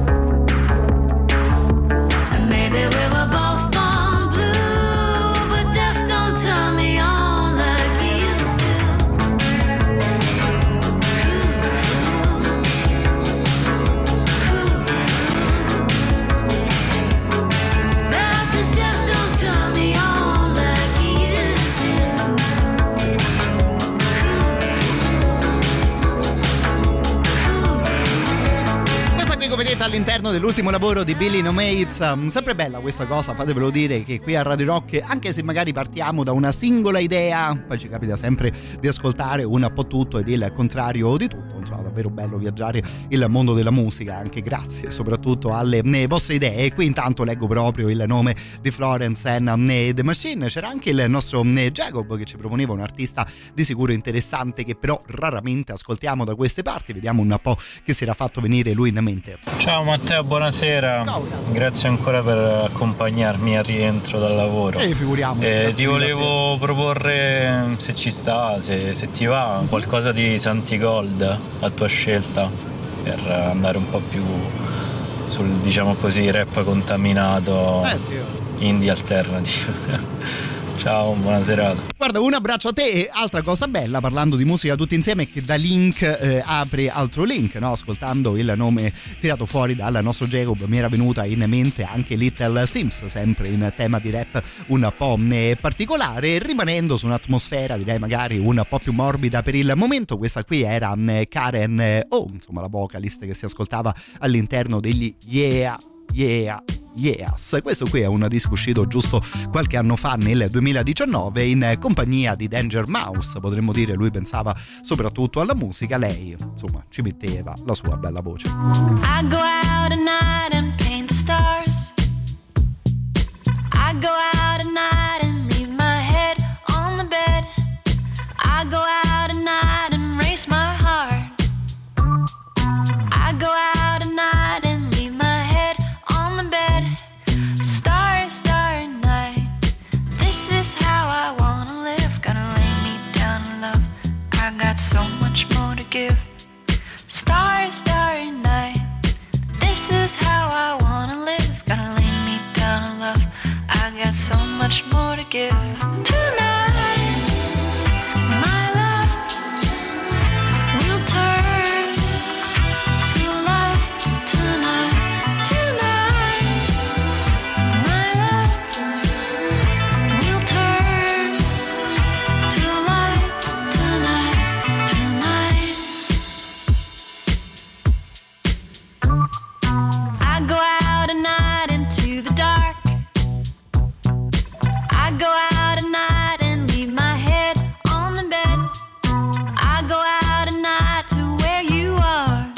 And maybe we were both born blue, but death don't turn me on like you used to. Love, 'cause death don't turn me on like you used to. Come vedete all'interno dell'ultimo lavoro di Billy Nomates, sempre bella questa cosa, fatevelo dire, che qui a Radio Rock, anche se magari partiamo da una singola idea, poi ci capita sempre di ascoltare un po' tutto ed il contrario di tutto. Insomma, davvero bello viaggiare il mondo della musica, anche grazie soprattutto alle vostre idee. E qui intanto leggo proprio il nome di Florence and the Machine. C'era anche il nostro Jacob che ci proponeva un artista di sicuro interessante che però raramente ascoltiamo da queste parti. Vediamo un po' che si era fatto venire lui in mente. Ciao Matteo, buonasera. Ciao. Grazie ancora per accompagnarmi al rientro dal lavoro. Figuriamoci. Ti volevo proporre, se ci sta, se ti va, qualcosa di Santigold a tua scelta, per andare un po' più sul, diciamo così, rap contaminato, indie alternative. Ciao, buona serata. Guarda, un abbraccio a te. E altra cosa bella, parlando di musica tutti insieme, è che da link apre altro link, no? Ascoltando il nome tirato fuori dal nostro Jacob mi era venuta in mente anche Little Sims, sempre in tema di rap un po' particolare, rimanendo su un'atmosfera direi magari un po' più morbida per il momento. Questa qui era Karen O, insomma la vocalist che si ascoltava all'interno degli Yeah Yes. Questo qui è un disco uscito giusto qualche anno fa, nel 2019, in compagnia di Danger Mouse. Potremmo dire lui pensava soprattutto alla musica, lei insomma ci metteva la sua bella voce. I go out at night and paint the stars. I go out at night and leave my head on the bed. I go out at night and race my heart. I go out at night and leave my head on the bed. Starry, starry night. This is how I wanna live. Gonna lay me down in love. I got so much more to give. Starry, starry night. This is how I wanna live. Gonna lay me down in love. I got so much more to give. Tonight, my love will turn to life. Tonight, tonight, my love will turn to life. Tonight, tonight. I go out at night into the dark. I go out at night and leave my head on the bed. I go out at night to where you are.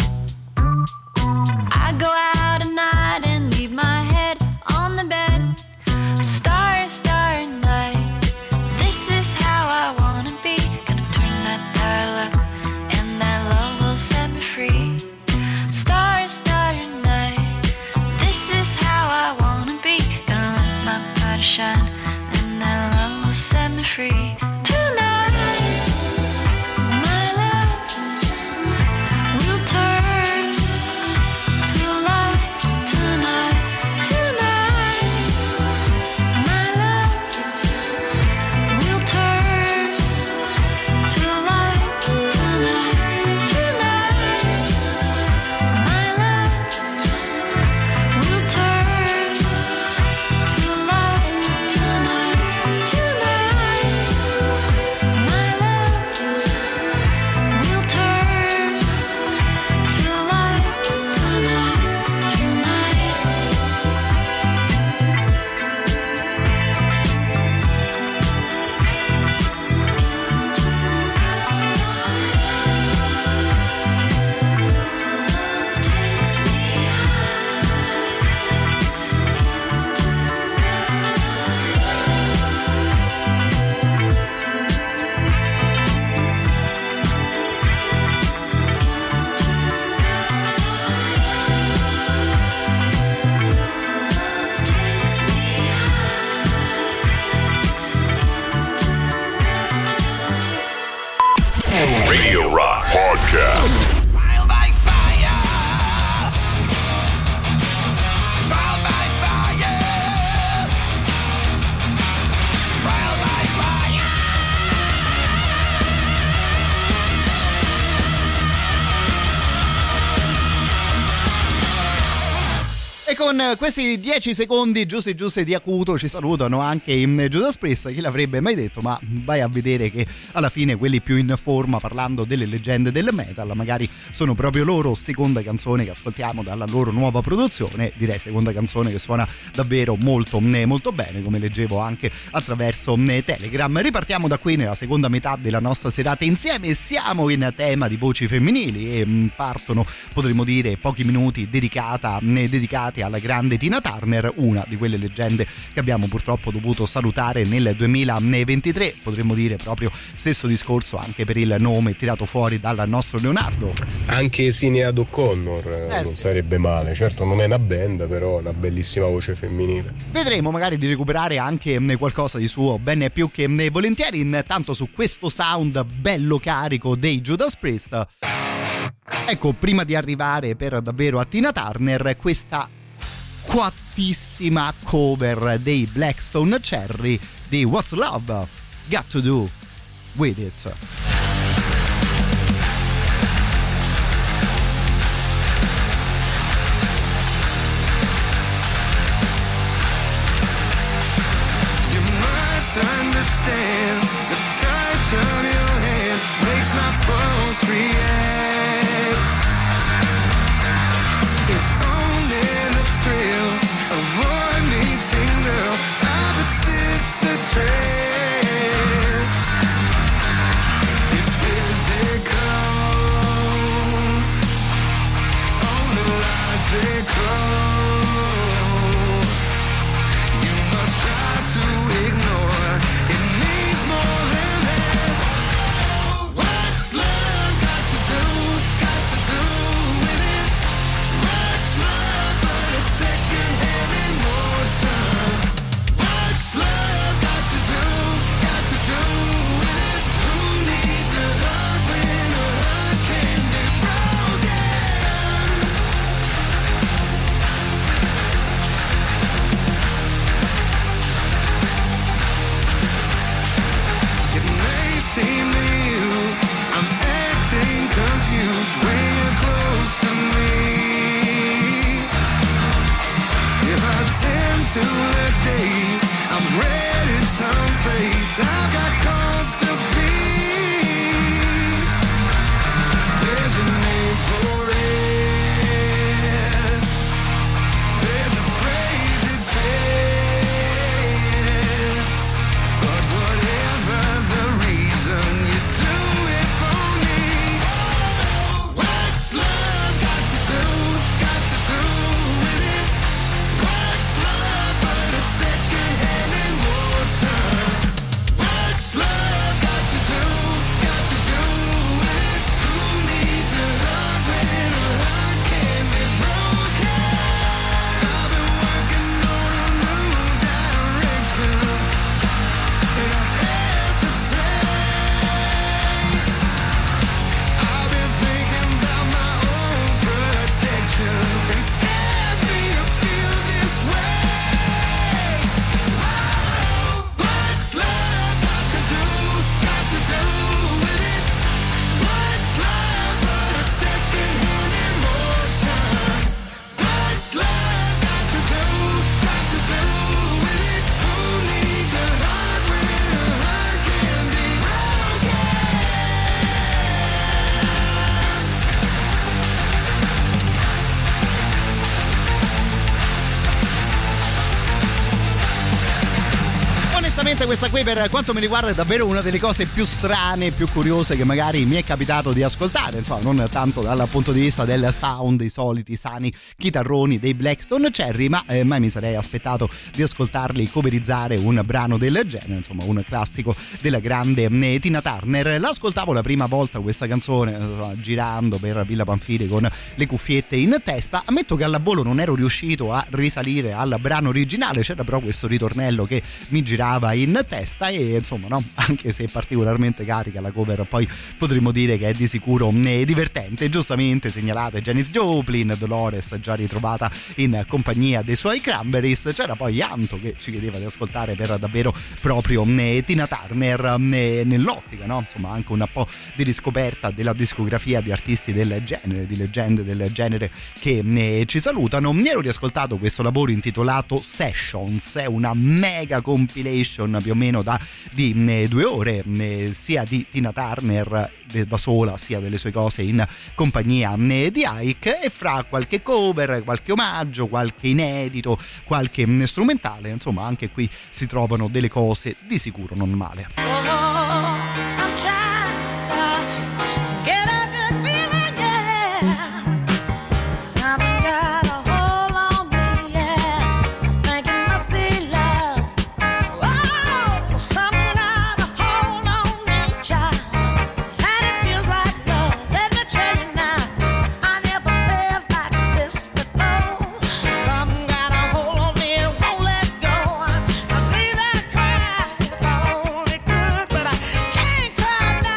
I go out at night and leave my head on the bed. Starry, starry night. This is how I wanna be. Gonna turn that dial up and that love will set me free. Starry, starry night. This is how I wanna be. Gonna let my body shine and that love will set me free. Tonight, my love will turn to life. Tonight, tonight, my love will turn to life. Tonight, tonight, my love will turn to life. Tonight, tonight, my love will turn to life. Tonight, tonight. Radio Rock Podcast. Trial by fire. Trial by fire. Trial by fire. E con questi 10 secondi giusti di acuto ci salutano anche in Judas Priest. Chi l'avrebbe mai detto? Ma vai a vedere che alla fine quelli più in forma, parlando delle leggende del metal, magari sono proprio loro. Seconda canzone che ascoltiamo dalla loro nuova produzione, direi seconda canzone che suona davvero molto molto bene, come leggevo anche attraverso Telegram. Ripartiamo da qui nella seconda metà della nostra serata insieme. Siamo in tema di voci femminili e partono, potremmo dire, pochi minuti dedicati alla grande Tina Turner, una di quelle leggende che abbiamo purtroppo dovuto salutare nel 2023. Potremmo dire proprio stesso discorso anche per il nome tirato fuori dal nostro Leonardo. Anche Sinéad O'Connor non sarebbe male. Certo non è una band, però una bellissima voce femminile. Vedremo magari di recuperare anche qualcosa di suo ben più che volentieri. Intanto su questo sound bello carico dei Judas Priest, ecco, prima di arrivare per davvero a Tina Turner, questa coattissima cover dei Black Stone Cherry di What's Love Got to Do With It. Understand the touch of your hand makes my pulse react. It's only the thrill of one meeting, girl, opposites attract. It's physical, only logical. You must try to ignore. Seem to you, I'm acting confused when you're close to me. If I tend to let days, I'm ready someplace. I've got cause to be. There's a name for it. There's a phrase it fits. But whatever the reason, you do it for me. What's love got to do with it? What's love but a second-hand emotion? What's love got to do with it? Who needs a hug when a heart can be broken? I've been working on a new direction, and I have to say, I've been thinking about my own protection. It scares me to feel this way. What's love got to do with it? What's love but a second-hand emotion? What's love got to do with it? Who needs a heart when a heart can be broken? Onestamente questa qui, per quanto mi riguarda, è davvero una delle cose più strane, più curiose che magari mi è capitato di ascoltare, insomma, non tanto dal punto di vista del sound, dei soliti sani chitarroni dei Blackstone Cherry, ma mai mi sarei aspettato di ascoltarli coverizzare un brano del genere, insomma un classico della grande Tina Turner. L'ascoltavo la prima volta questa canzone girando per Villa Pamphili con le cuffiette in testa. Ammetto che alla volo non ero riuscito a risalire al brano originale, c'era però questo ritornello che mi girava in testa e insomma, no, anche se particolarmente carica la cover, poi potremmo dire che è di sicuro divertente. Giustamente segnalate Janis Joplin, Dolores già ritrovata in compagnia dei suoi Cranberries, c'era poi Anto che ci chiedeva di ascoltare per davvero proprio Tina Turner, nell'ottica, no, insomma, anche un po' di riscoperta della discografia di artisti del genere, di leggende del genere che ci salutano. Mi ero riascoltato questo lavoro intitolato Sessions, è una mega compilation più o meno di 2 ore, sia di Tina Turner da sola sia delle sue cose in compagnia di Ike, e fra qualche cover, qualche omaggio, qualche inedito, qualche strumentale, insomma anche qui si trovano delle cose di sicuro non male. Cry, but I can't cry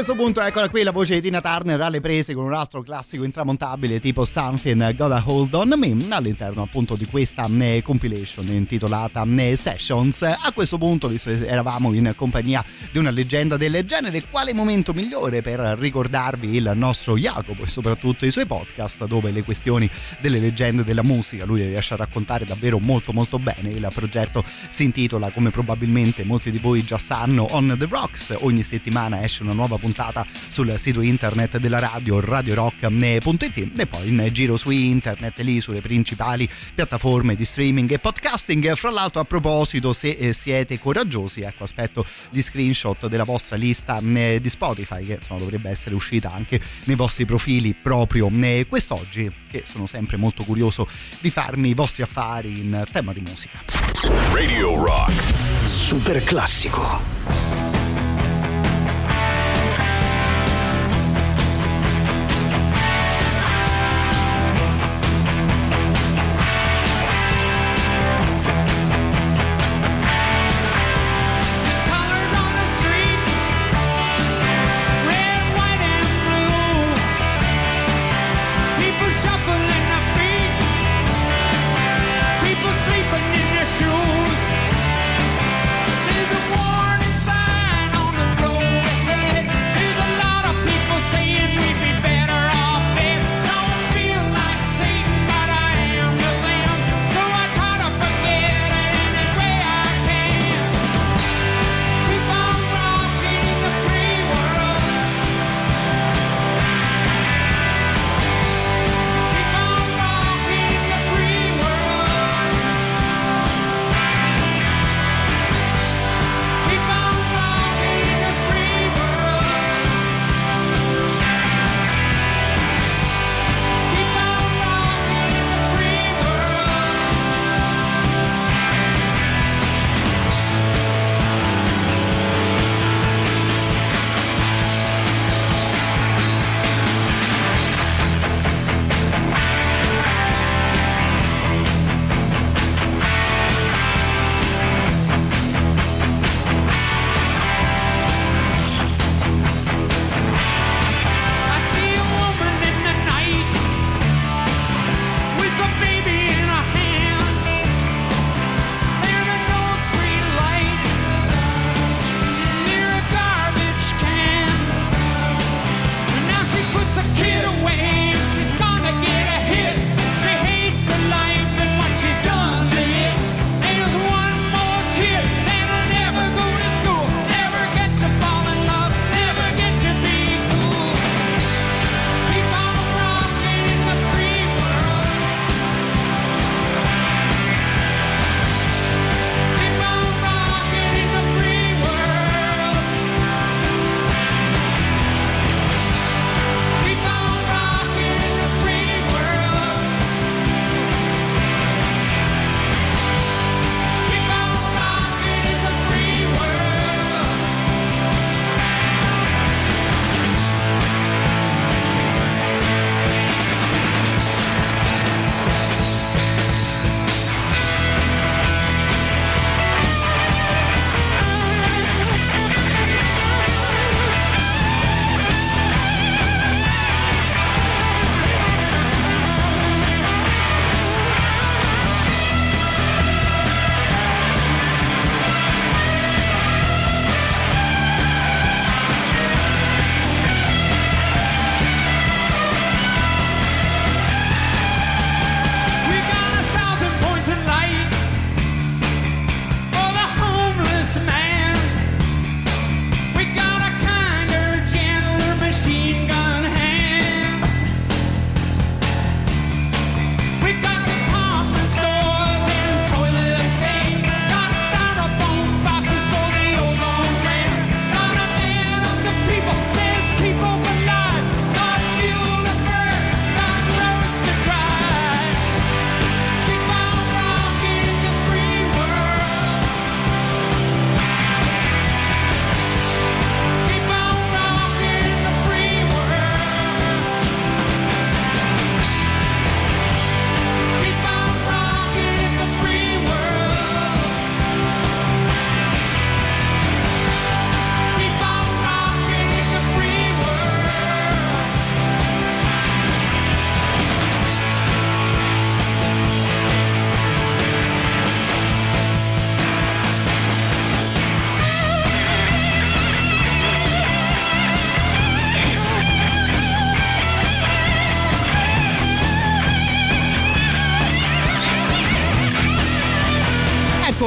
questo punto eccola qui la voce di Tina Turner alle prese con un altro classico intramontabile tipo Something Gotta Hold On Me all'interno appunto di questa compilation intitolata Sessions. A questo punto, visto che eravamo in compagnia di una leggenda del genere, quale momento migliore per ricordarvi il nostro Jacopo e soprattutto i suoi podcast, dove le questioni delle leggende della musica lui le riesce a raccontare davvero molto molto bene. Il progetto si intitola, come probabilmente molti di voi già sanno, On The Rocks. Ogni settimana esce una nuova puntata sul sito internet della radio, radiorock.it, e poi in giro su internet, lì sulle principali piattaforme di streaming e podcasting. Fra l'altro, a proposito, se siete coraggiosi, ecco, aspetto gli screenshot della vostra lista di Spotify, che insomma dovrebbe essere uscita anche nei vostri profili proprio quest'oggi, che sono sempre molto curioso di farmi i vostri affari in tema di musica. Radio Rock. Super classico. Sleeping in their shoes. There's a warning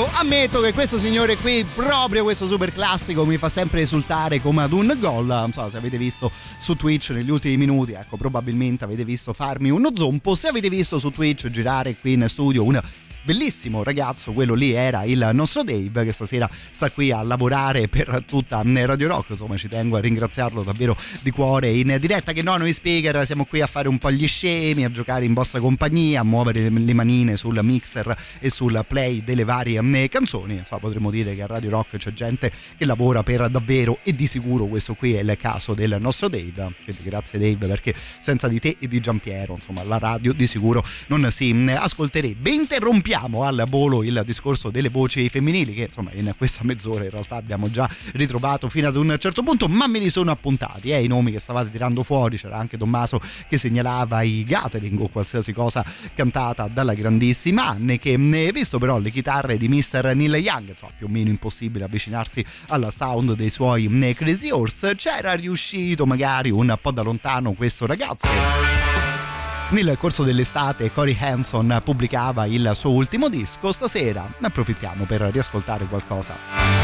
Ammetto che questo signore qui, proprio questo super classico, mi fa sempre esultare come ad un gol. Non so se avete visto su Twitch negli ultimi minuti, ecco, probabilmente avete visto farmi uno zompo. Se avete visto su Twitch girare qui in studio un bellissimo ragazzo, quello lì era il nostro Dave, che stasera sta qui a lavorare per tutta Radio Rock. Insomma, ci tengo a ringraziarlo davvero di cuore in diretta, che noi speaker siamo qui a fare un po' gli scemi, a giocare in vostra compagnia, a muovere le manine sul mixer e sul play delle varie canzoni. Insomma, potremmo dire che a Radio Rock c'è gente che lavora per davvero, e di sicuro questo qui è il caso del nostro Dave. Quindi grazie Dave, perché senza di te e di Giampiero, insomma, la radio di sicuro non si ascolterebbe. Interrompiamo al volo il discorso delle voci femminili, che insomma in questa mezz'ora in realtà abbiamo già ritrovato fino ad un certo punto, ma me li sono appuntati i nomi che stavate tirando fuori. C'era anche Tommaso che segnalava i Gathering o qualsiasi cosa cantata dalla grandissima Anne, che visto però le chitarre di Mr. Neil Young, insomma più o meno impossibile avvicinarsi al sound dei suoi Crazy Horse, c'era riuscito magari un po' da lontano questo ragazzo. Nel corso dell'estate Corey Hanson pubblicava il suo ultimo disco. Stasera ne approfittiamo per riascoltare qualcosa.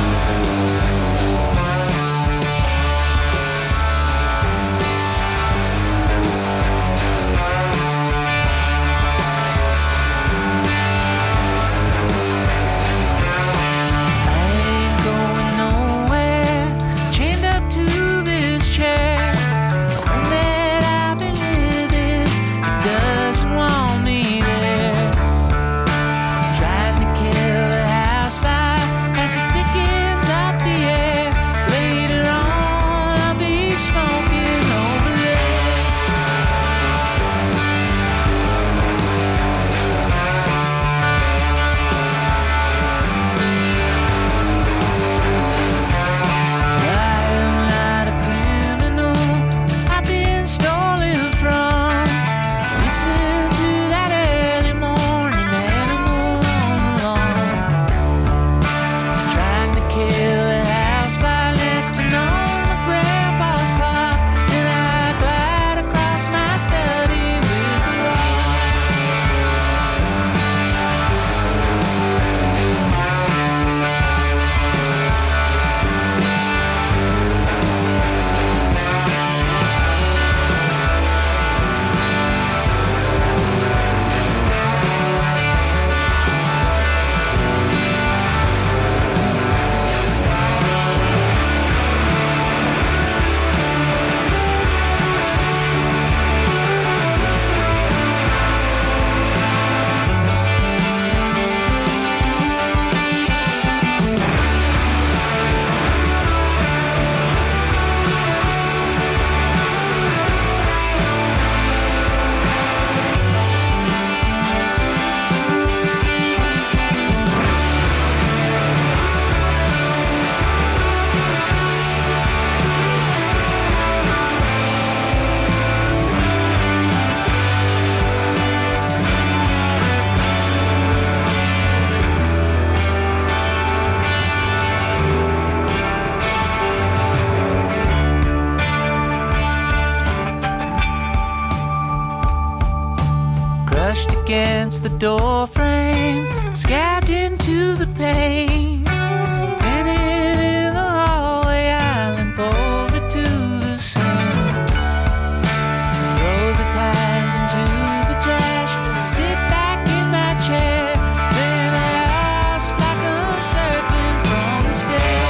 Against the door frame, scabbed into the pain, painted in the hallway, I limp over to the sun. Throw the times into the trash, sit back in my chair, then the house fly comes circling from the stairs.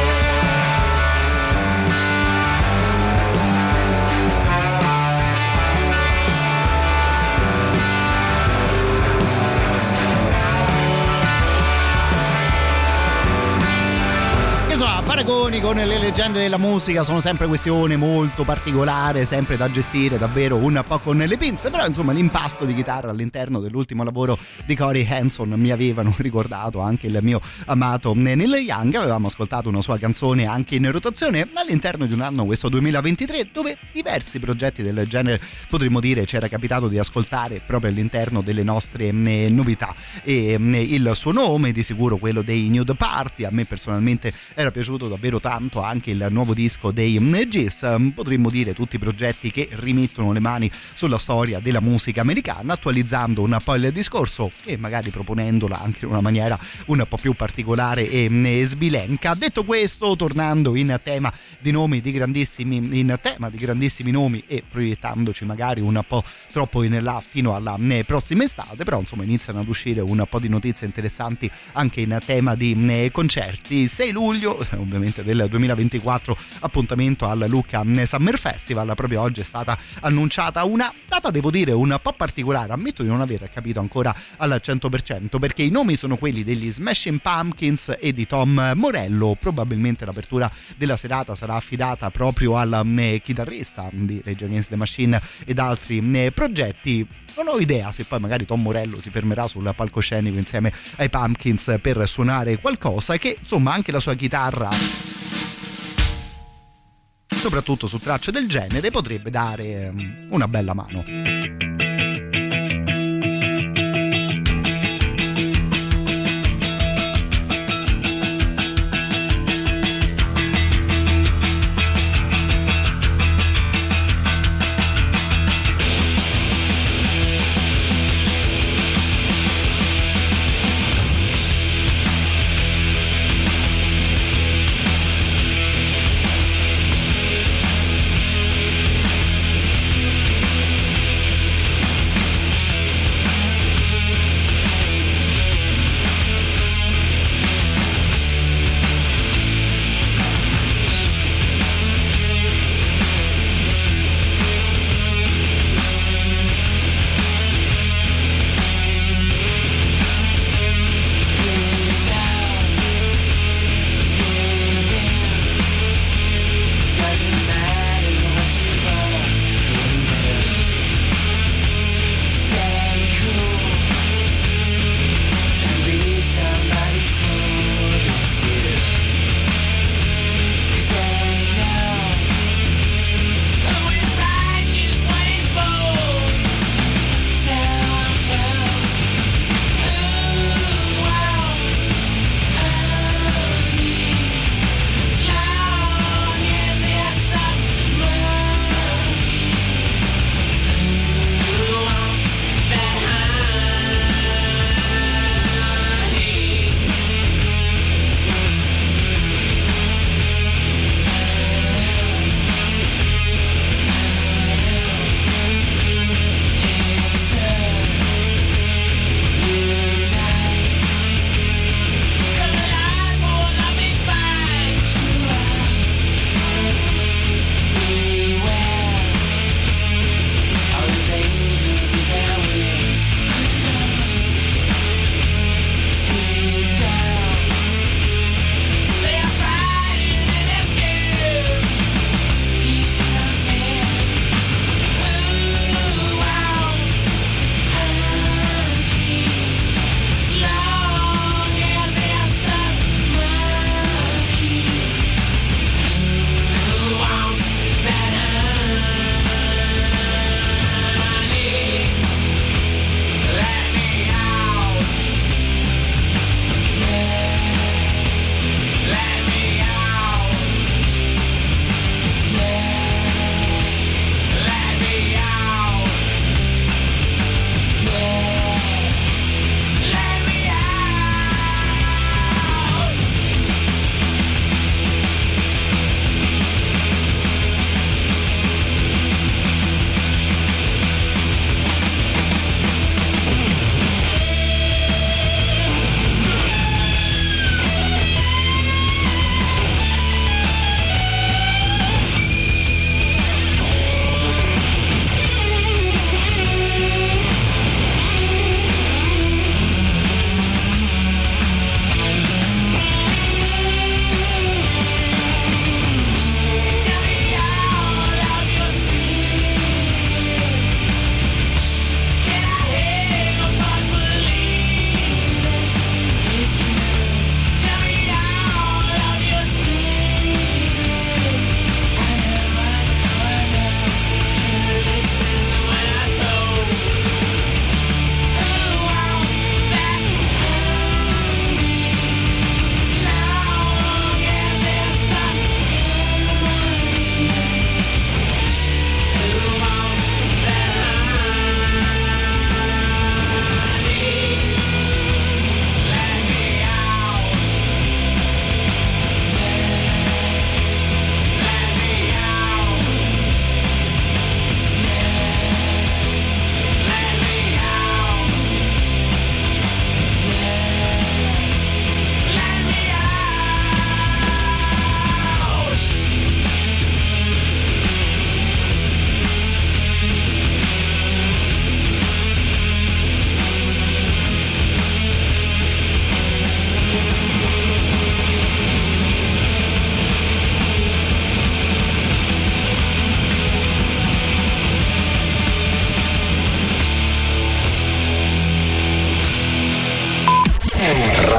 Paragoni con le leggende della musica sono sempre questione molto particolare, sempre da gestire davvero un po' con le pinze, però insomma l'impasto di chitarra all'interno dell'ultimo lavoro di Corey Hanson mi avevano ricordato anche il mio amato Neil Young. Avevamo ascoltato una sua canzone anche in rotazione all'interno di un anno, questo 2023, dove diversi progetti del genere potremmo dire ci era capitato di ascoltare proprio all'interno delle nostre novità, e il suo nome di sicuro quello dei Nude Party a me personalmente era piaciuto davvero tanto anche il nuovo disco dei Gees. Potremmo dire tutti i progetti che rimettono le mani sulla storia della musica americana, attualizzando un po' il discorso e magari proponendola anche in una maniera un po' più particolare e sbilenca. Detto questo, tornando in tema di grandissimi nomi e proiettandoci magari un po' troppo in là fino alla prossima estate, però insomma iniziano ad uscire un po' di notizie interessanti anche in tema di concerti. 6 luglio ovviamente del 2024, appuntamento al Lucca Summer Festival. Proprio oggi è stata annunciata una data, devo dire, un po' particolare. Ammetto di non aver capito ancora al 100%, perché i nomi sono quelli degli Smashing Pumpkins e di Tom Morello. Probabilmente l'apertura della serata sarà affidata proprio al chitarrista di Rage Against the Machine ed altri progetti. Non ho idea se poi magari Tom Morello si fermerà sul palcoscenico insieme ai Pumpkins per suonare qualcosa, che insomma anche la sua chitarra, soprattutto su tracce del genere, potrebbe dare una bella mano.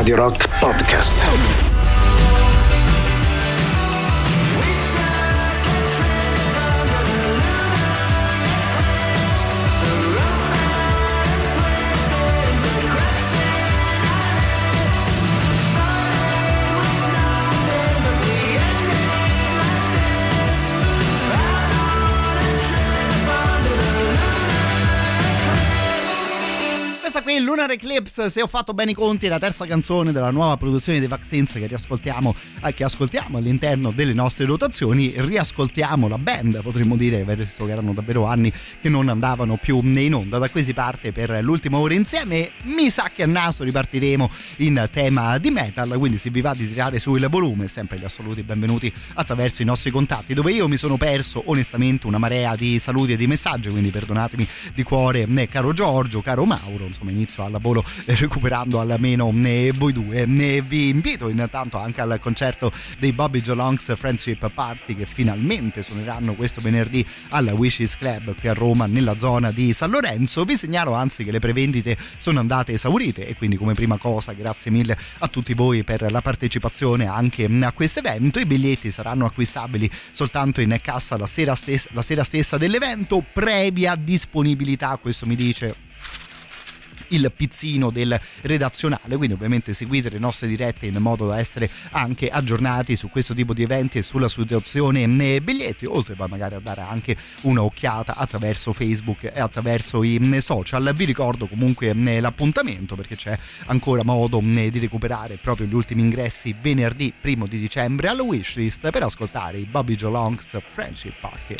Radio Rock Podcast. Qui Lunar Eclipse, se ho fatto bene i conti, è la terza canzone della nuova produzione dei Vaccines che ascoltiamo all'interno delle nostre rotazioni. Riascoltiamo la band, potremmo dire, visto che erano davvero anni che non andavano più in onda. Da qui si parte per l'ultima ora insieme. Mi sa che a naso ripartiremo in tema di metal, quindi se vi va di tirare su il volume, sempre gli assoluti benvenuti attraverso i nostri contatti, dove io mi sono perso onestamente una marea di saluti e di messaggi, quindi perdonatemi di cuore, caro Giorgio, caro Mauro, insomma inizio al volo recuperando almeno voi due. Vi invito intanto anche al concerto dei Bobby Joe Long's Friendship Party, che finalmente suoneranno questo venerdì al Wishes Club qui a Roma, nella zona di San Lorenzo. Vi segnalo anzi che le prevendite sono andate esaurite e quindi, come prima cosa, grazie mille a tutti voi per la partecipazione anche a questo evento. I biglietti saranno acquistabili soltanto in cassa la sera stessa dell'evento, previa disponibilità, questo mi dice il pizzino del redazionale, quindi ovviamente seguite le nostre dirette in modo da essere anche aggiornati su questo tipo di eventi e sulla situazione biglietti, oltre poi magari a dare anche un'occhiata attraverso Facebook e attraverso i social. Vi ricordo comunque l'appuntamento, perché c'è ancora modo di recuperare proprio gli ultimi ingressi venerdì 1 di dicembre alla Wishlist per ascoltare i Bobby Joe Long's Friendship Party.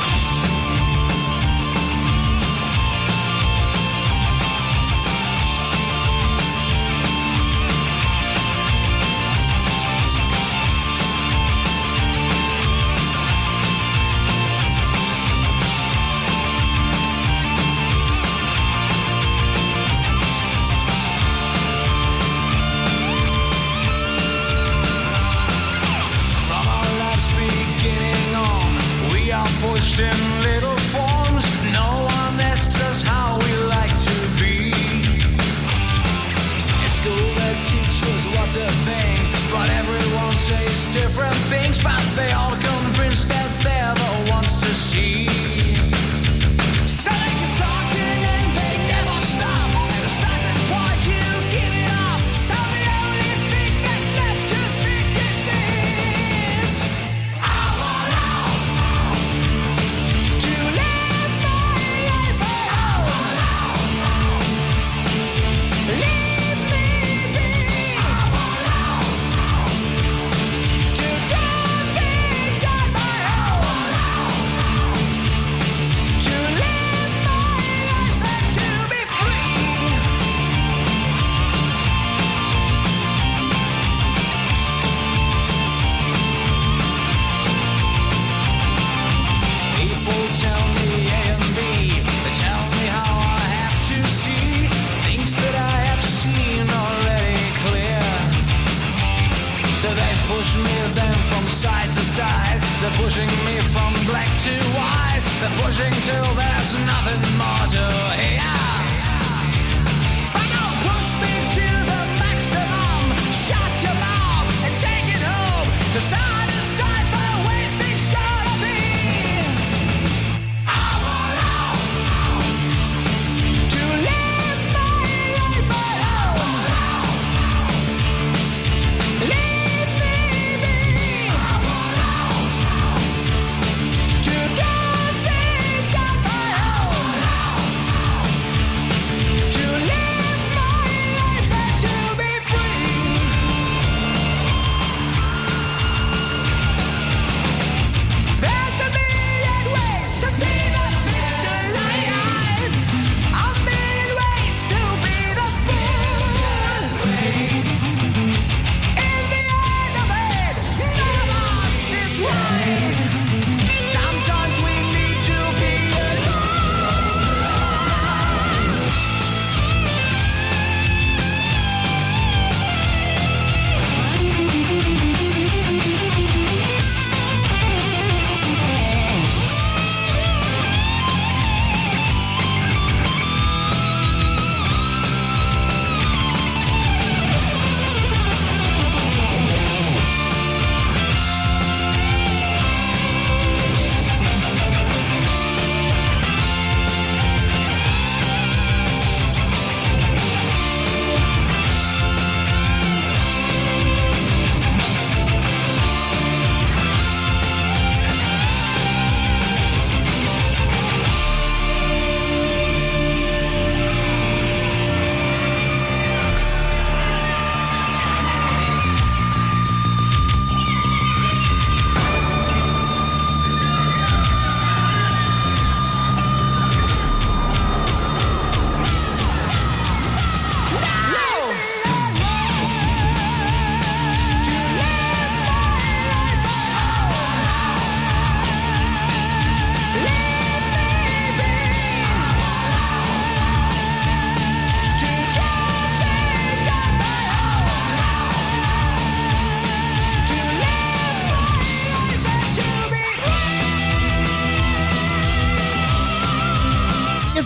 Pushed in little forms, no one asks us how we like to be. In school they teach us what to think, but everyone says different things, but they all convinced that they're the ones to see. So they keep talking and they never stop, and a certain point you give it up. So the only thing that's left to think is this: I want out. They're pushing me from black to white. They're pushing till there's nothing more to hear. But don't push me to the maximum. Shut your mouth and take it home. 'Cause I decide the way things gotta be. I want out to live my life at home. Leave me be. I want out to do things on my own.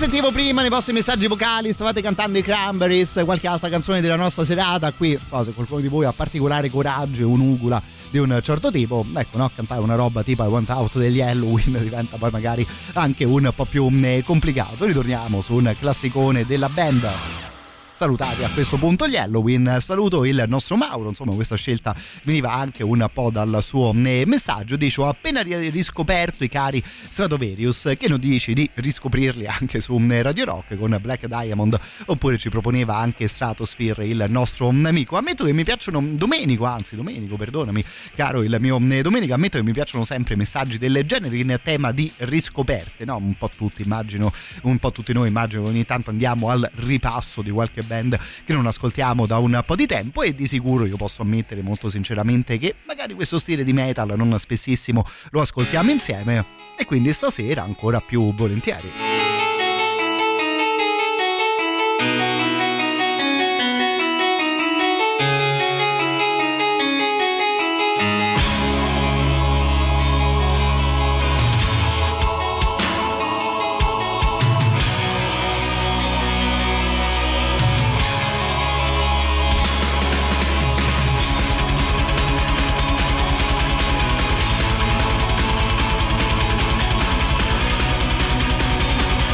sentivo prima nei vostri messaggi vocali, stavate cantando i Cranberries, qualche altra canzone della nostra serata. Qui, so, se qualcuno di voi ha particolare coraggio e un'ugula di un certo tipo, ecco, no, cantare una roba tipo I Want Out degli Halloween diventa poi magari anche un po' più complicato. Ritorniamo su un classicone della band. Salutati a questo punto gli Halloween, saluto il nostro Mauro, insomma questa scelta veniva anche un po' dal suo messaggio. Dice: ho appena riscoperto i cari Stratovarius, che non dici di riscoprirli anche su Radio Rock con Black Diamond, oppure ci proponeva anche Stratosphere il nostro amico. Ammetto che mi piacciono Domenico, perdonami caro il mio Domenico, ammetto che mi piacciono sempre messaggi del genere in tema di riscoperte, no? Un po' tutti noi immagino che ogni tanto andiamo al ripasso di qualche band che non ascoltiamo da un po' di tempo, e di sicuro io posso ammettere molto sinceramente che magari questo stile di metal non spessissimo lo ascoltiamo insieme, e quindi stasera ancora più volentieri. We'll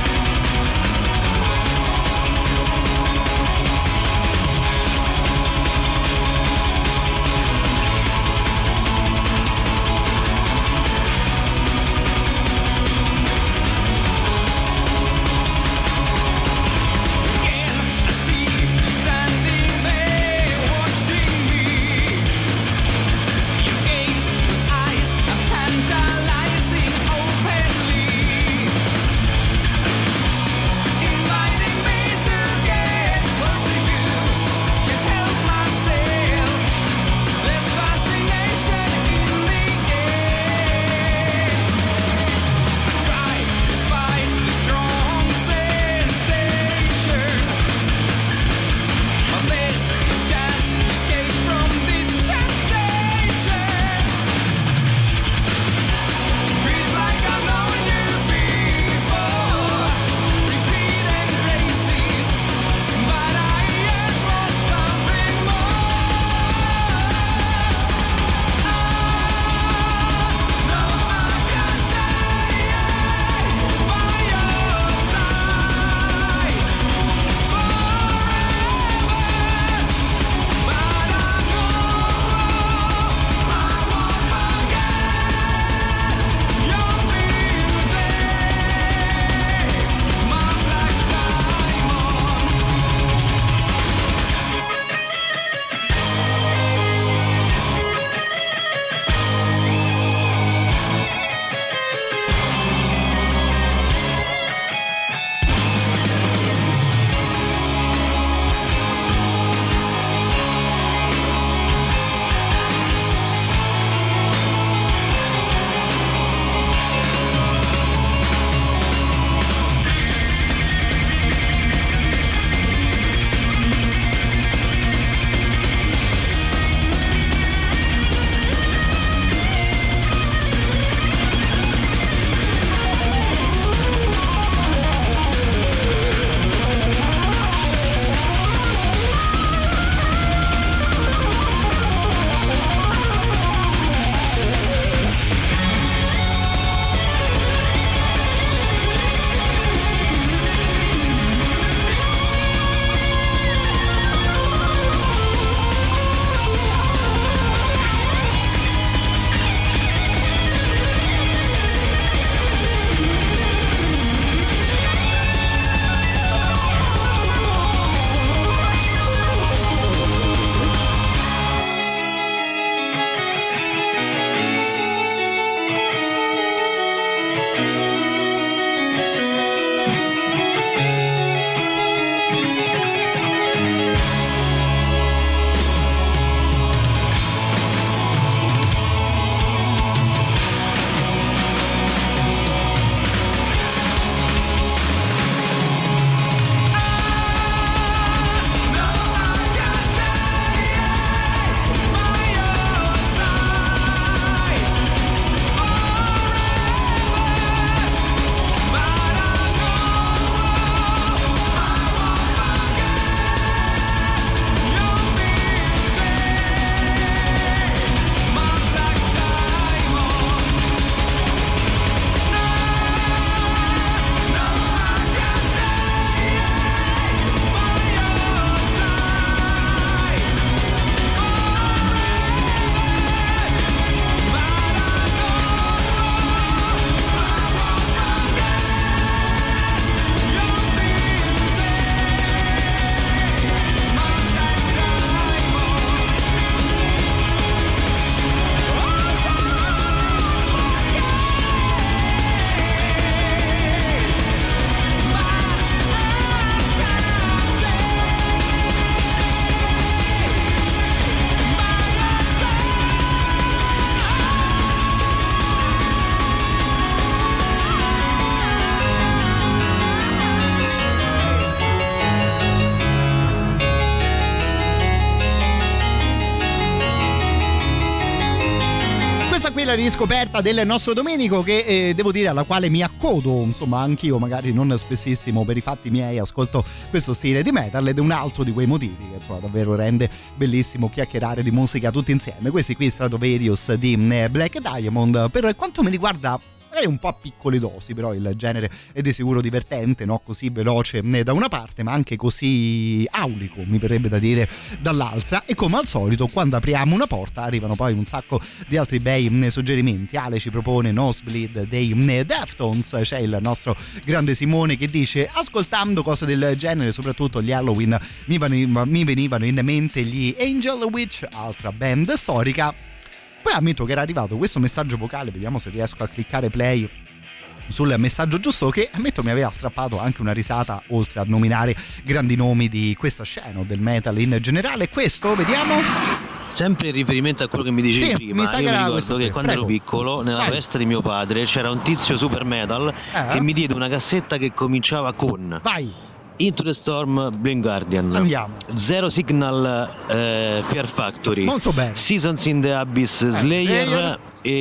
tranquilla riscoperta del nostro Domenico, che devo dire alla quale mi accodo, insomma anch'io magari non spessissimo per i fatti miei ascolto questo stile di metal, ed è un altro di quei motivi che insomma davvero rende bellissimo chiacchierare di musica tutti insieme. Questi qui Stratovarius di Black Diamond. Per quanto mi riguarda magari un po' a piccole dosi, però il genere è di sicuro divertente, no? Così veloce da una parte, ma anche così aulico, mi verrebbe da dire, dall'altra. E come al solito, quando apriamo una porta arrivano poi un sacco di altri bei suggerimenti. Ale ci propone Nosebleed dei Deftones, c'è il nostro grande Simone che dice: ascoltando cose del genere, soprattutto gli Halloween, mi venivano in mente gli Angel Witch, altra band storica. Poi ammetto che era arrivato questo messaggio vocale, vediamo se riesco a cliccare play sul messaggio giusto, che ammetto mi aveva strappato anche una risata, oltre a nominare grandi nomi di questa scena o del metal in generale. Questo, vediamo. Sempre in riferimento a quello che mi dicevi prima, io mi ricordo che quando ero piccolo, nella festa di mio padre, c'era un tizio super metal che mi diede una cassetta che cominciava con Into the Storm, Blind Guardian. Andiamo. Zero Signal, Fear Factory. Molto bene. Seasons in the Abyss, Slayer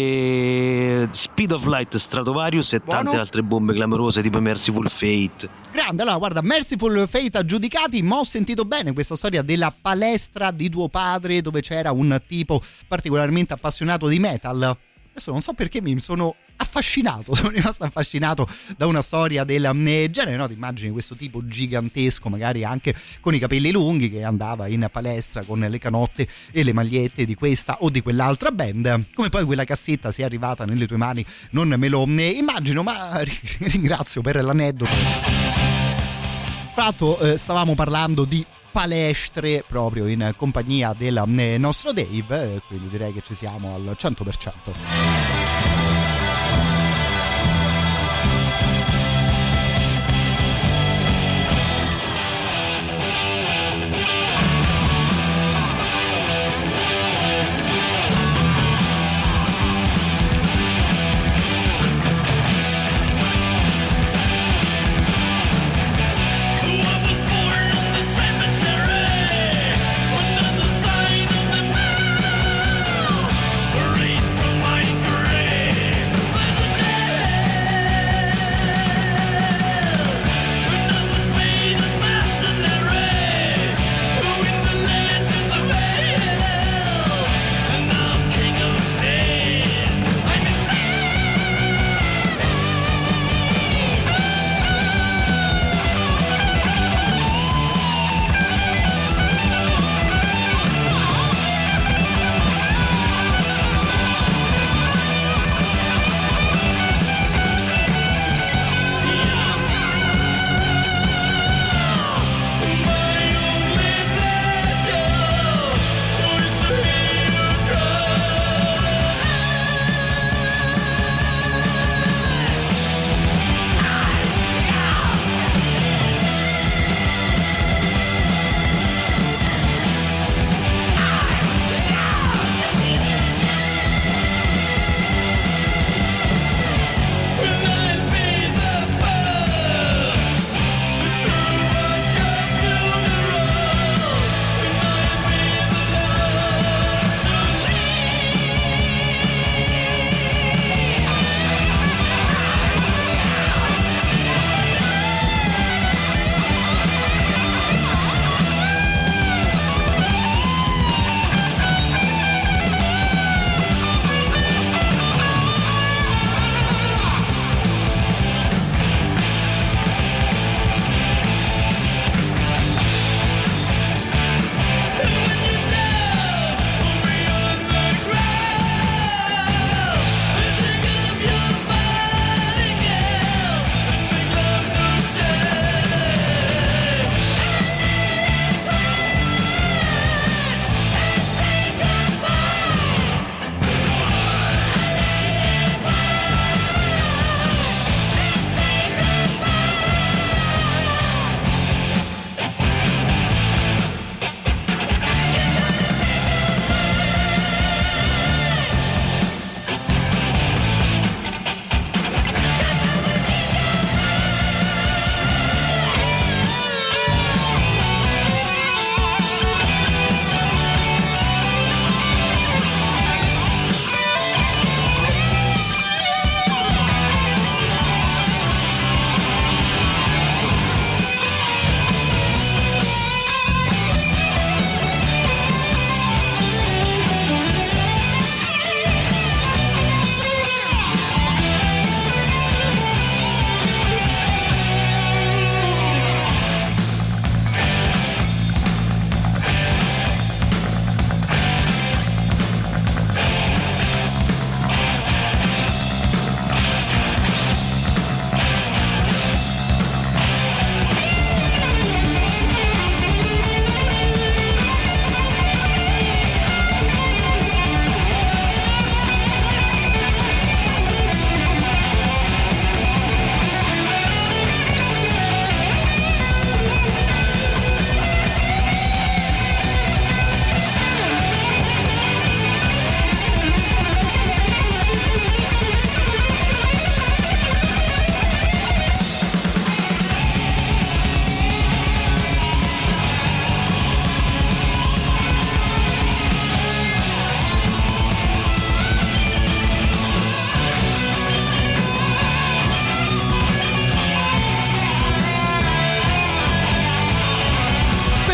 e Speed of Light, Stratovarius e tante altre bombe clamorose tipo Merciful Fate. Grande, allora guarda, Merciful Fate aggiudicati, ma ho sentito bene questa storia della palestra di tuo padre dove c'era un tipo particolarmente appassionato di metal. Adesso non so perché mi sono affascinato, sono rimasto affascinato da una storia del genere, no? Ti immagini questo tipo gigantesco, magari anche con i capelli lunghi, che andava in palestra con le canotte e le magliette di questa o di quell'altra band. Come poi quella cassetta sia arrivata nelle tue mani non me lo immagino, ma ringrazio per l'aneddoto. Tra l'altro stavamo parlando di palestre proprio in compagnia del nostro Dave, quindi direi che ci siamo al 100%. Raised from mighty ground.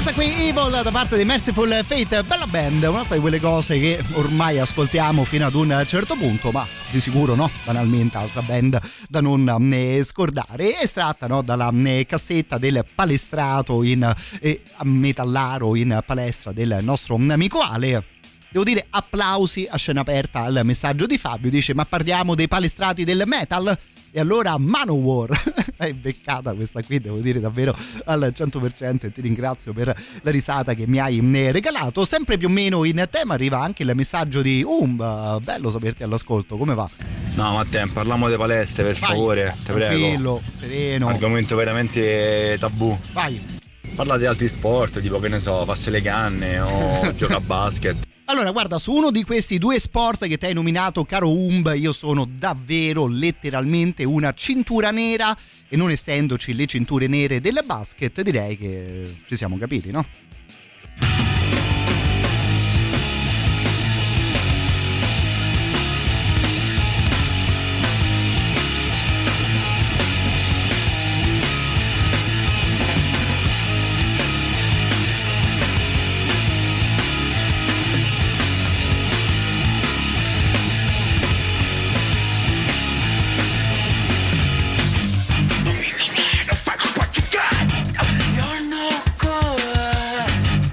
Questa qui Evil da parte di Merciful Fate, bella band, un'altra di quelle cose che ormai ascoltiamo fino ad un certo punto, ma di sicuro no, banalmente altra band da non scordare, estratta no, dalla cassetta del palestrato in metallaro in palestra del nostro amico Ale. Devo dire applausi a scena aperta al messaggio di Fabio, dice ma parliamo dei palestrati del metal? E allora Manowar è beccata questa qui, devo dire davvero al 100%, e ti ringrazio per la risata che mi hai regalato. Sempre più o meno in tema arriva anche il messaggio di bello saperti all'ascolto, come va? No Matteo, parliamo di palestre per favore, te prego. Tranquillo, sereno. Argomento veramente tabù. Vai. Parla di altri sport, tipo che ne so, farsi le canne o gioca a basket. Allora, guarda, su uno di questi due sport che ti hai nominato, caro io sono davvero letteralmente una cintura nera, e non essendoci le cinture nere del basket, direi che ci siamo capiti, no? You're no good.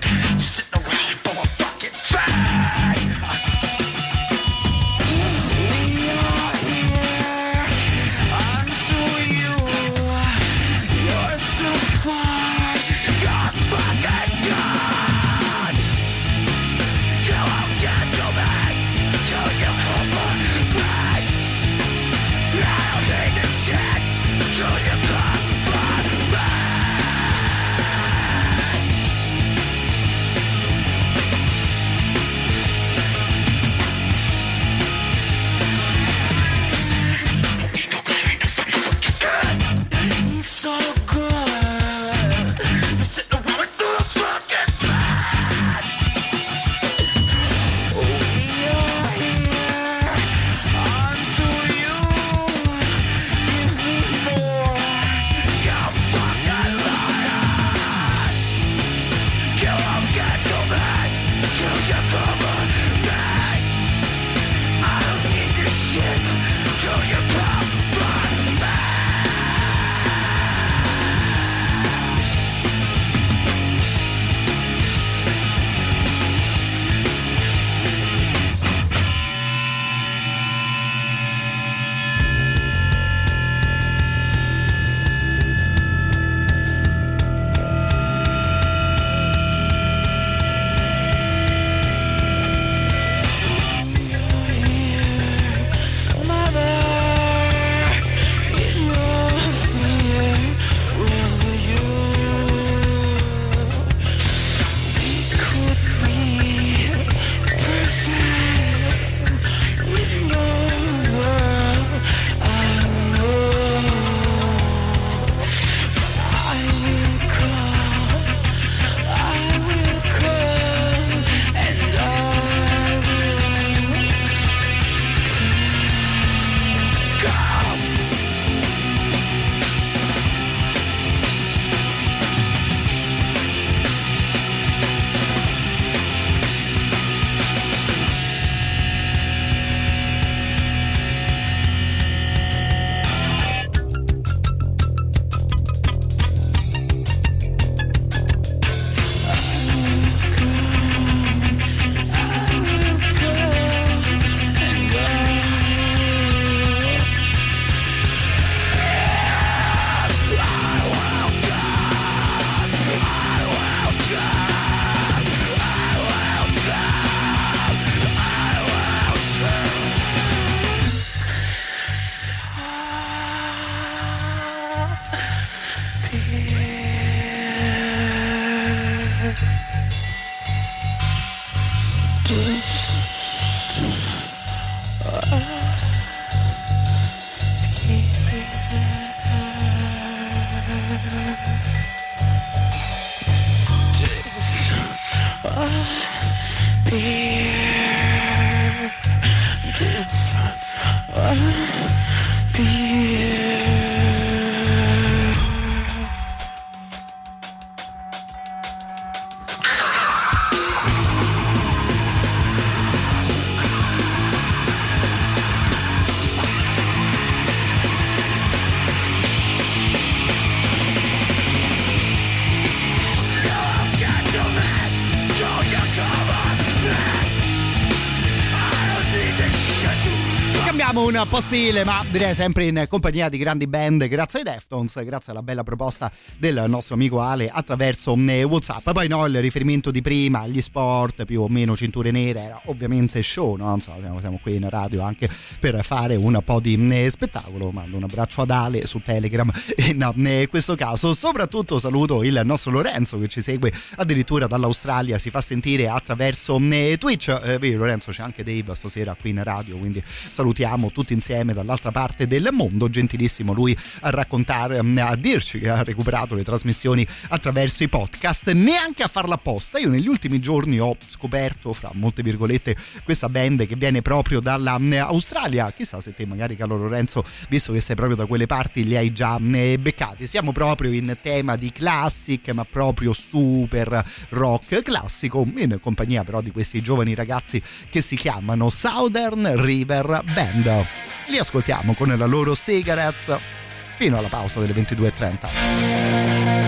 Torniamo un po' stile, ma direi sempre in compagnia di grandi band, grazie ai Deftones, grazie alla bella proposta del nostro amico Ale attraverso WhatsApp. Poi no, il riferimento di prima agli sport, più o meno cinture nere, era ovviamente show, no? Insomma, siamo qui in radio anche per fare un po' di spettacolo. Mando un abbraccio ad Ale su Telegram in questo caso. Soprattutto saluto il nostro Lorenzo che ci segue addirittura dall'Australia, si fa sentire attraverso Twitch. Vedi Lorenzo, c'è anche Dave stasera qui in radio, quindi salutiamo tutti insieme dall'altra parte del mondo. Gentilissimo lui a raccontare, a dirci che ha recuperato le trasmissioni attraverso i podcast, neanche a farla apposta. Io negli ultimi giorni ho scoperto, fra molte virgolette, questa band che viene proprio dall'Australia. Chissà se te magari, caro Lorenzo, visto che sei proprio da quelle parti, li hai già beccati. Siamo proprio in tema di classic, ma proprio super rock classico, in compagnia però di questi giovani ragazzi che si chiamano Southern River Band. Li ascoltiamo con la loro Cigarettes fino alla pausa delle 22:30.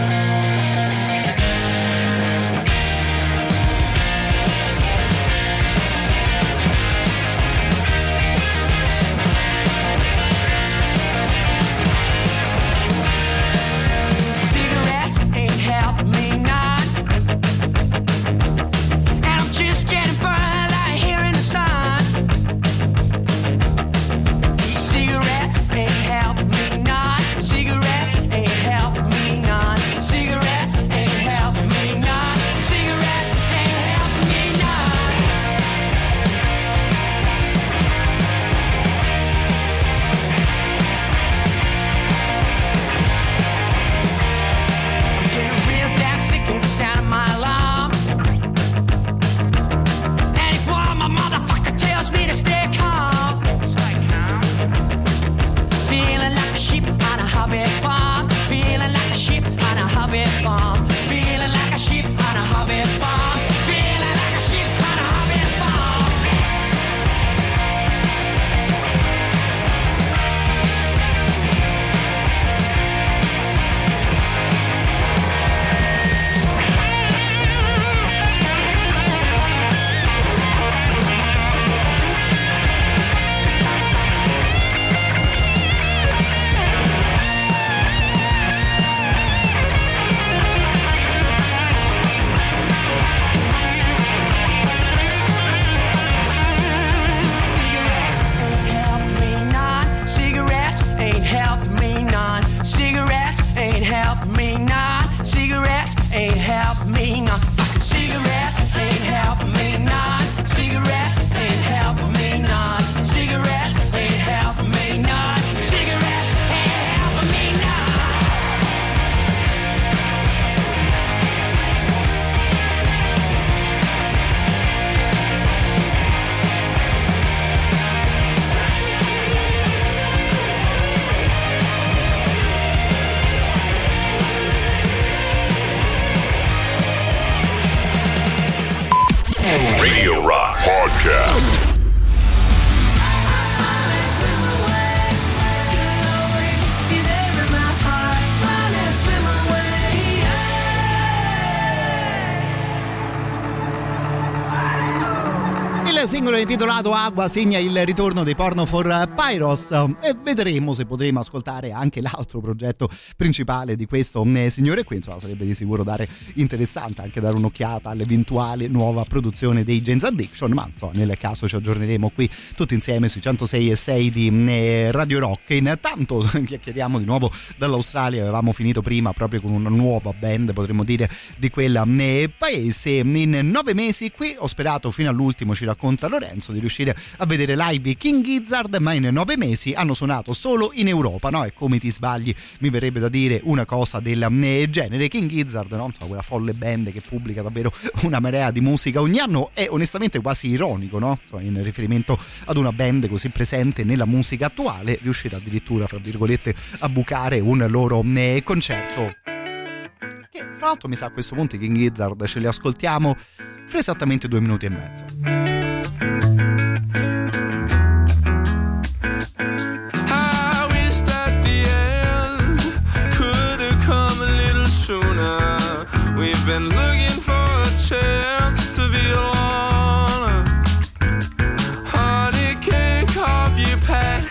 Singolo intitolato Agua segna il ritorno dei Porno for Pyros e vedremo se potremo ascoltare anche l'altro progetto principale di questo signore qui. Insomma, sarebbe di sicuro interessante anche dare un'occhiata all'eventuale nuova produzione dei Jane's Addiction, ma insomma, nel caso ci aggiorneremo qui tutti insieme sui 106.6 di Radio Rock. Intanto chiacchieriamo di nuovo dall'Australia. Avevamo finito prima proprio con una nuova band, potremmo dire, di quella paese. In 9 mesi qui ho sperato fino all'ultimo, ci racconta Lorenzo, di riuscire a vedere live i King Gizzard, ma in 9 mesi hanno suonato solo in Europa, no? E come ti sbagli, mi verrebbe da dire una cosa del genere. King Gizzard, no? Insomma, quella folle band che pubblica davvero una marea di musica ogni anno, è onestamente quasi ironico, no? Insomma, in riferimento ad una band così presente nella musica attuale, riuscire addirittura, fra virgolette, a bucare un loro concerto. Che tra l'altro mi sa a questo punto i King Gizzard ce li ascoltiamo fra esattamente 2 minuti e mezzo. Been looking for a chance to be alone. Honey cake off your past.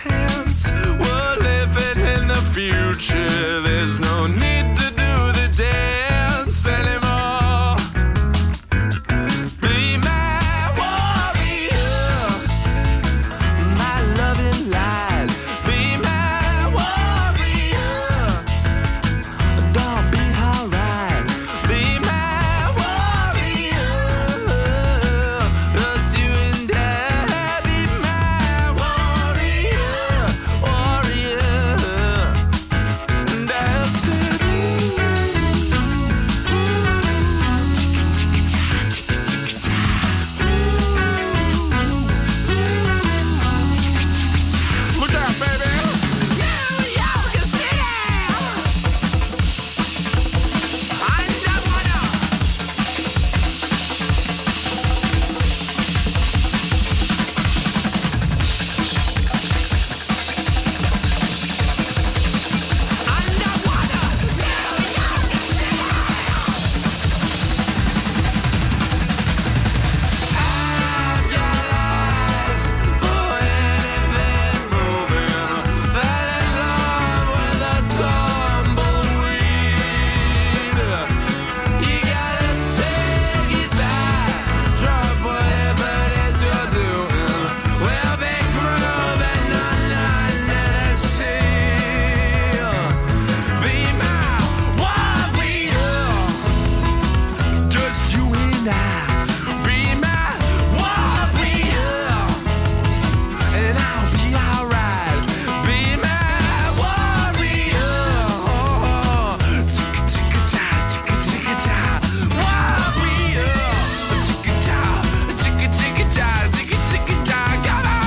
now. Be my warrior, and I'll be alright. Be my warrior, chicka chicka cha, chicka chicka cha, warrior, chicka cha, chicka chicka cha, chicka chicka cha, come on.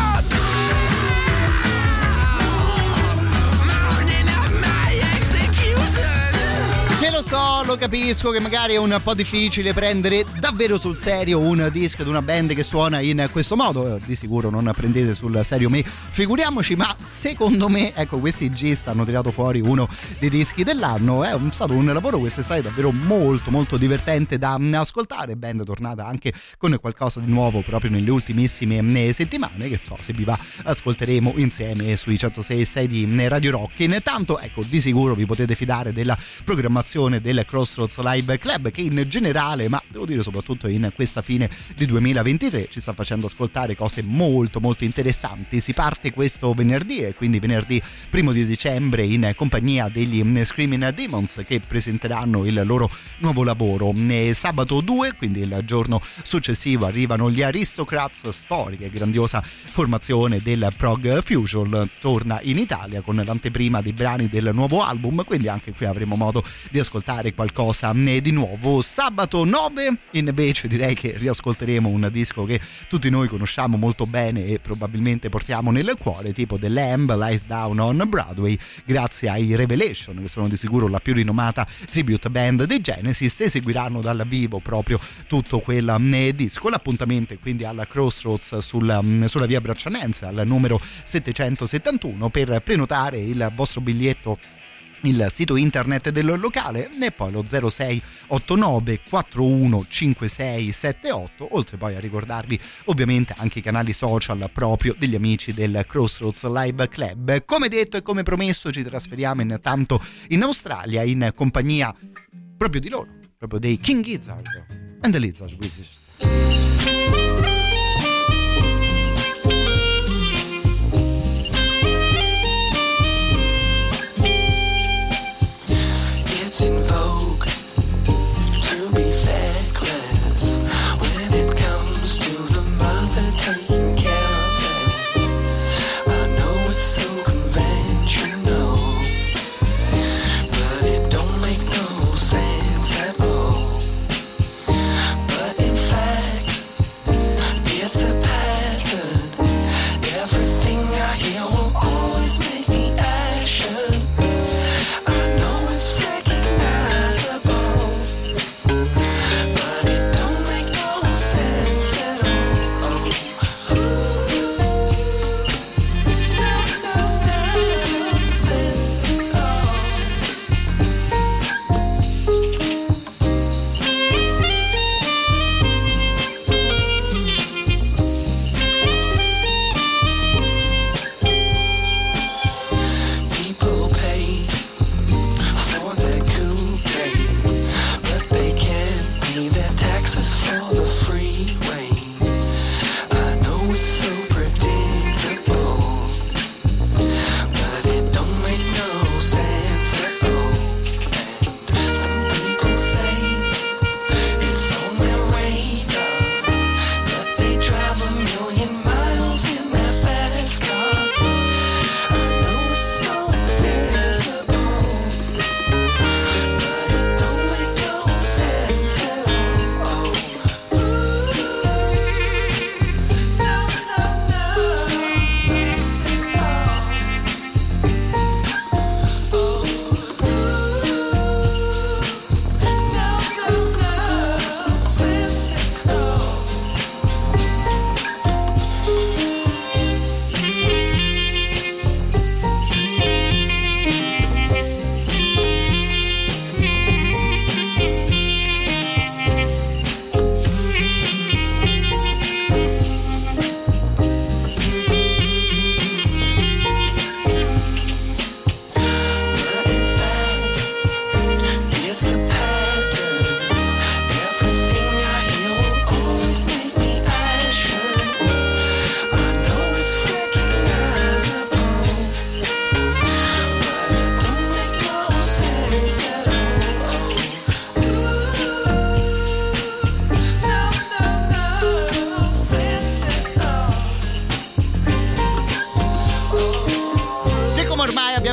Che lo so, lo capisco che magari è un po' difficile prendere davvero sul serio un disco di una band che suona in questo modo. Di sicuro non prendete sul serio me, figuriamoci, ma secondo me, ecco, questi Gist hanno tirato fuori uno dei dischi dell'anno. È stato un lavoro quest'estate davvero molto molto divertente da ascoltare. Band tornata anche con qualcosa di nuovo proprio nelle ultimissime settimane, che so, se vi va ascolteremo insieme sui 106.6 di Radio Rock. Intanto, ecco, di sicuro vi potete fidare della programmazione del Crossroads Live Club, che in generale, ma devo dire soprattutto in questa fine di 2023, ci sta facendo ascoltare cose molto molto interessanti. Si parte questo venerdì, e quindi venerdì 1 di dicembre, in compagnia degli Screaming Demons, che presenteranno il loro nuovo lavoro. Sabato 2, quindi il giorno successivo, arrivano gli Aristocrats, storica e grandiosa formazione del prog fusion, torna in Italia con l'anteprima dei brani del nuovo album, quindi anche qui avremo modo di ascoltare qualcosa di nuovo. Sabato 9 invece direi che riascolteremo un disco che tutti noi conosciamo molto bene e probabilmente portiamo nel cuore, tipo The Lamb Lies Down on Broadway, grazie ai Revelation, che sono di sicuro la più rinomata tribute band dei Genesis. Eseguiranno dal vivo proprio tutto quel disco. L'appuntamento è quindi alla Crossroads sulla via Braccianense, al numero 771. Per prenotare il vostro biglietto il sito internet del locale e poi lo 0689 41 5678, oltre poi a ricordarvi ovviamente anche i canali social proprio degli amici del Crossroads Live Club. Come detto e come promesso, ci trasferiamo intanto in Australia in compagnia proprio di loro, proprio dei King Gizzard and the Lizard Wizards. It's in vogue to be fed class when it comes to the mother taking care of us. I know it's so conventional, but it don't make no sense at all. But in fact, it's a pattern. Everything I hear will always make me action. I know it's recognizable, but it don't make no sense at all. No sense at all. People pay for their coupe, but they can't pay their taxes for the freeway. I know it's so predictable, but it don't make no sense at all. And some people say it's on their radar that they drive 1,000,000 miles in their fast car. I know it's so visible, but it don't make no sense at all.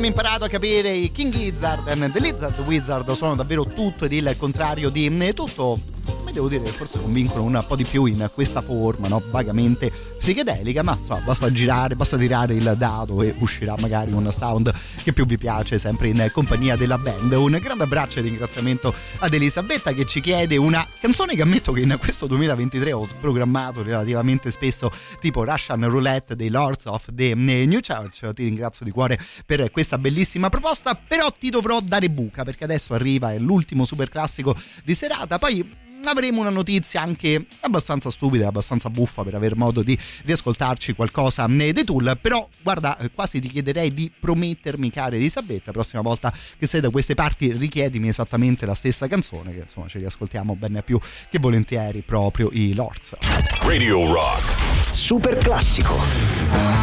imparato a capire i King Gizzard e The Lizard Wizard sono davvero tutto ed il contrario di tutto. Come devo dire, forse convincono un po' di più in questa forma, no? Vagamente psichedelica, ma insomma, basta girare, basta tirare il dado e uscirà magari un sound che più vi piace, sempre in compagnia della band. Un grande abbraccio e ringraziamento ad Elisabetta che ci chiede una canzone che ammetto che in questo 2023 ho programmato relativamente spesso, tipo Russian Roulette dei Lords of the New Church. Ti ringrazio di cuore per questa bellissima proposta, però ti dovrò dare buca perché adesso arriva l'ultimo super classico di serata, poi avremo una notizia anche abbastanza stupida e abbastanza buffa per aver modo di riascoltarci qualcosa dei Tool, però guarda, quasi ti chiederei di promettermi, cara Elisabetta, la prossima volta che sei da queste parti richiedimi esattamente la stessa canzone, che insomma ci riascoltiamo ben più che volentieri proprio i Lords. Radio Rock Super classico.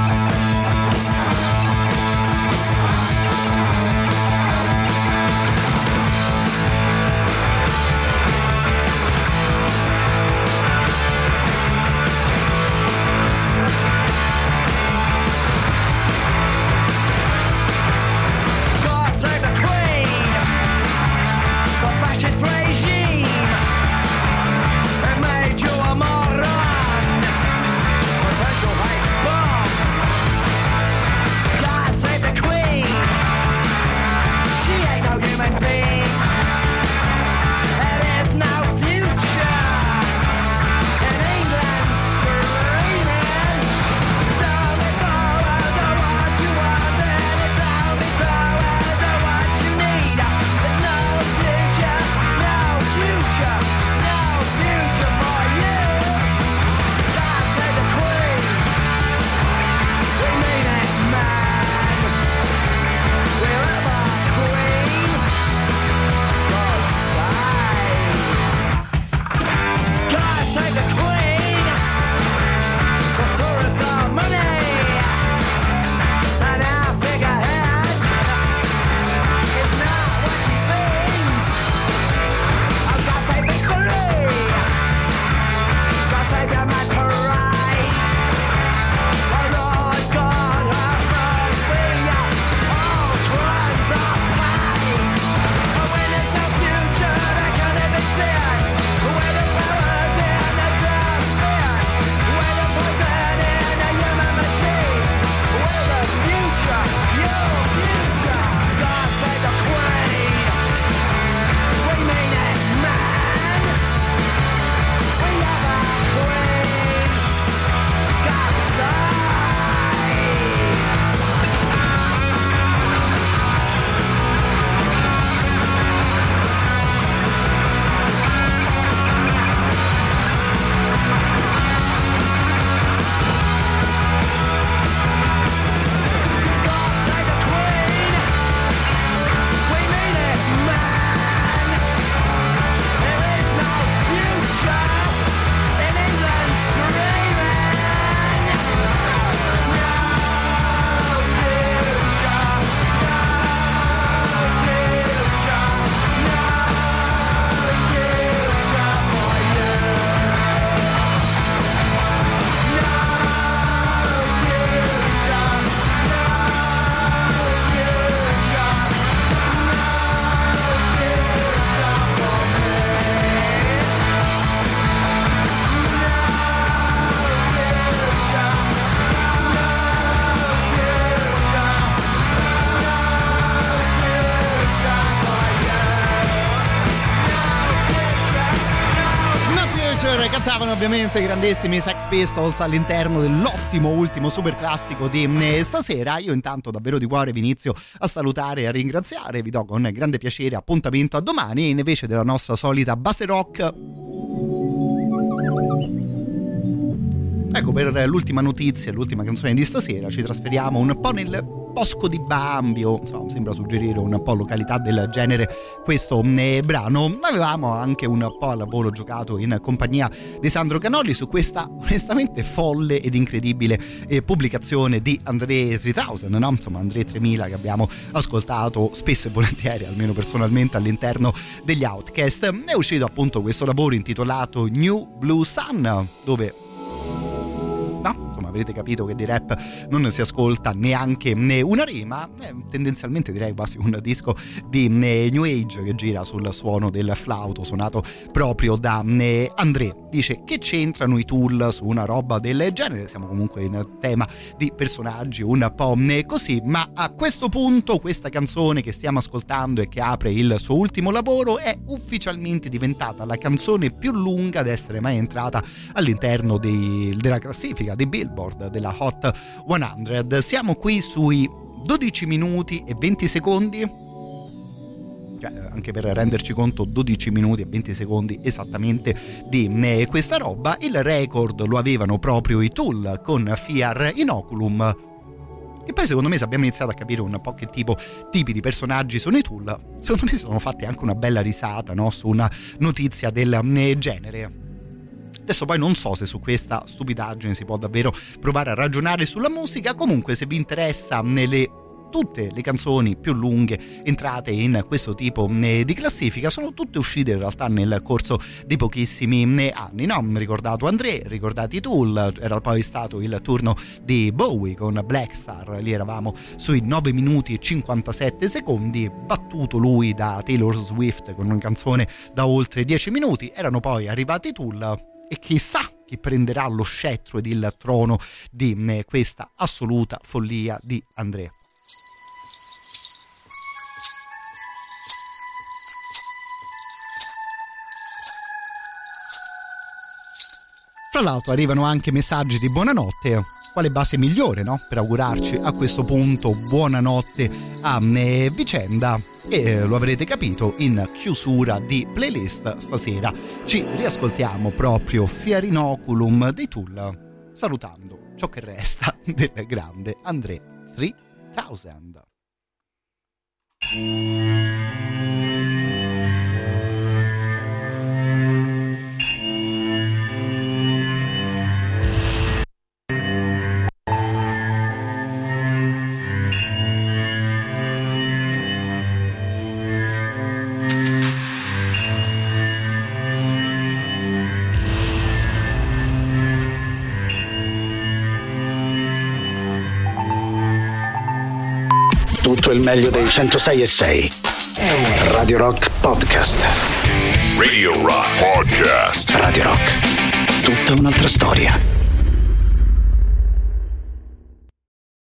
Cantavano ovviamente i grandissimi Sex Pistols all'interno dell'ottimo ultimo super classico di stasera. Io intanto davvero di cuore vi inizio a salutare e a ringraziare, vi do con grande piacere appuntamento a domani invece della nostra solita base rock. Ecco, per l'ultima notizia, l'ultima canzone di stasera ci trasferiamo un po' nel bosco di Bambio, insomma, sembra suggerire un po' località del genere questo brano. Avevamo anche un po' al volo giocato in compagnia di Sandro Canolli su questa onestamente folle ed incredibile pubblicazione di André 3000, no? Insomma, André 3000 che abbiamo ascoltato spesso e volentieri, almeno personalmente, all'interno degli Outcast. È uscito appunto questo lavoro intitolato New Blue Sun, dove avrete capito che di rap non si ascolta neanche una rima. Tendenzialmente direi quasi un disco di New Age che gira sul suono del flauto suonato proprio da André. Dice: che c'entrano i Tool su una roba del genere? Siamo comunque in tema di personaggi un po' così, ma a questo punto questa canzone che stiamo ascoltando e che apre il suo ultimo lavoro è ufficialmente diventata la canzone più lunga ad essere mai entrata all'interno della classifica di Billboard, della Hot 100. Siamo qui sui 12 minuti e 20 secondi, anche per renderci conto 12 minuti e 20 secondi esattamente di questa roba. Il record lo avevano proprio i Tool con Fear Inoculum, e poi secondo me, se abbiamo iniziato a capire un po' che tipi di personaggi sono i Tool, secondo me sono fatti anche una bella risata, no? Su una notizia del genere. Adesso poi non so se su questa stupidaggine si può davvero provare a ragionare sulla musica. Comunque, se vi interessa tutte le canzoni più lunghe entrate in questo tipo di classifica sono tutte uscite in realtà nel corso di pochissimi anni, no? Ricordato André, ricordati Tool, era poi stato il turno di Bowie con Black Star, lì eravamo sui 9 minuti e 57 secondi, battuto lui da Taylor Swift con una canzone da oltre 10 minuti. Erano poi arrivati Tool e chissà chi prenderà lo scettro ed il trono di questa assoluta follia di André. Tra l'altro arrivano anche messaggi di buonanotte, quale base migliore, no? Per augurarci a questo punto buonanotte a vicenda, e lo avrete capito, in chiusura di playlist stasera ci riascoltiamo proprio Fear Inoculum dei Tool, salutando ciò che resta del grande André 3000. Tutto il meglio dei 106.6 Radio Rock Podcast. Radio Rock Podcast. Radio Rock, tutta un'altra storia.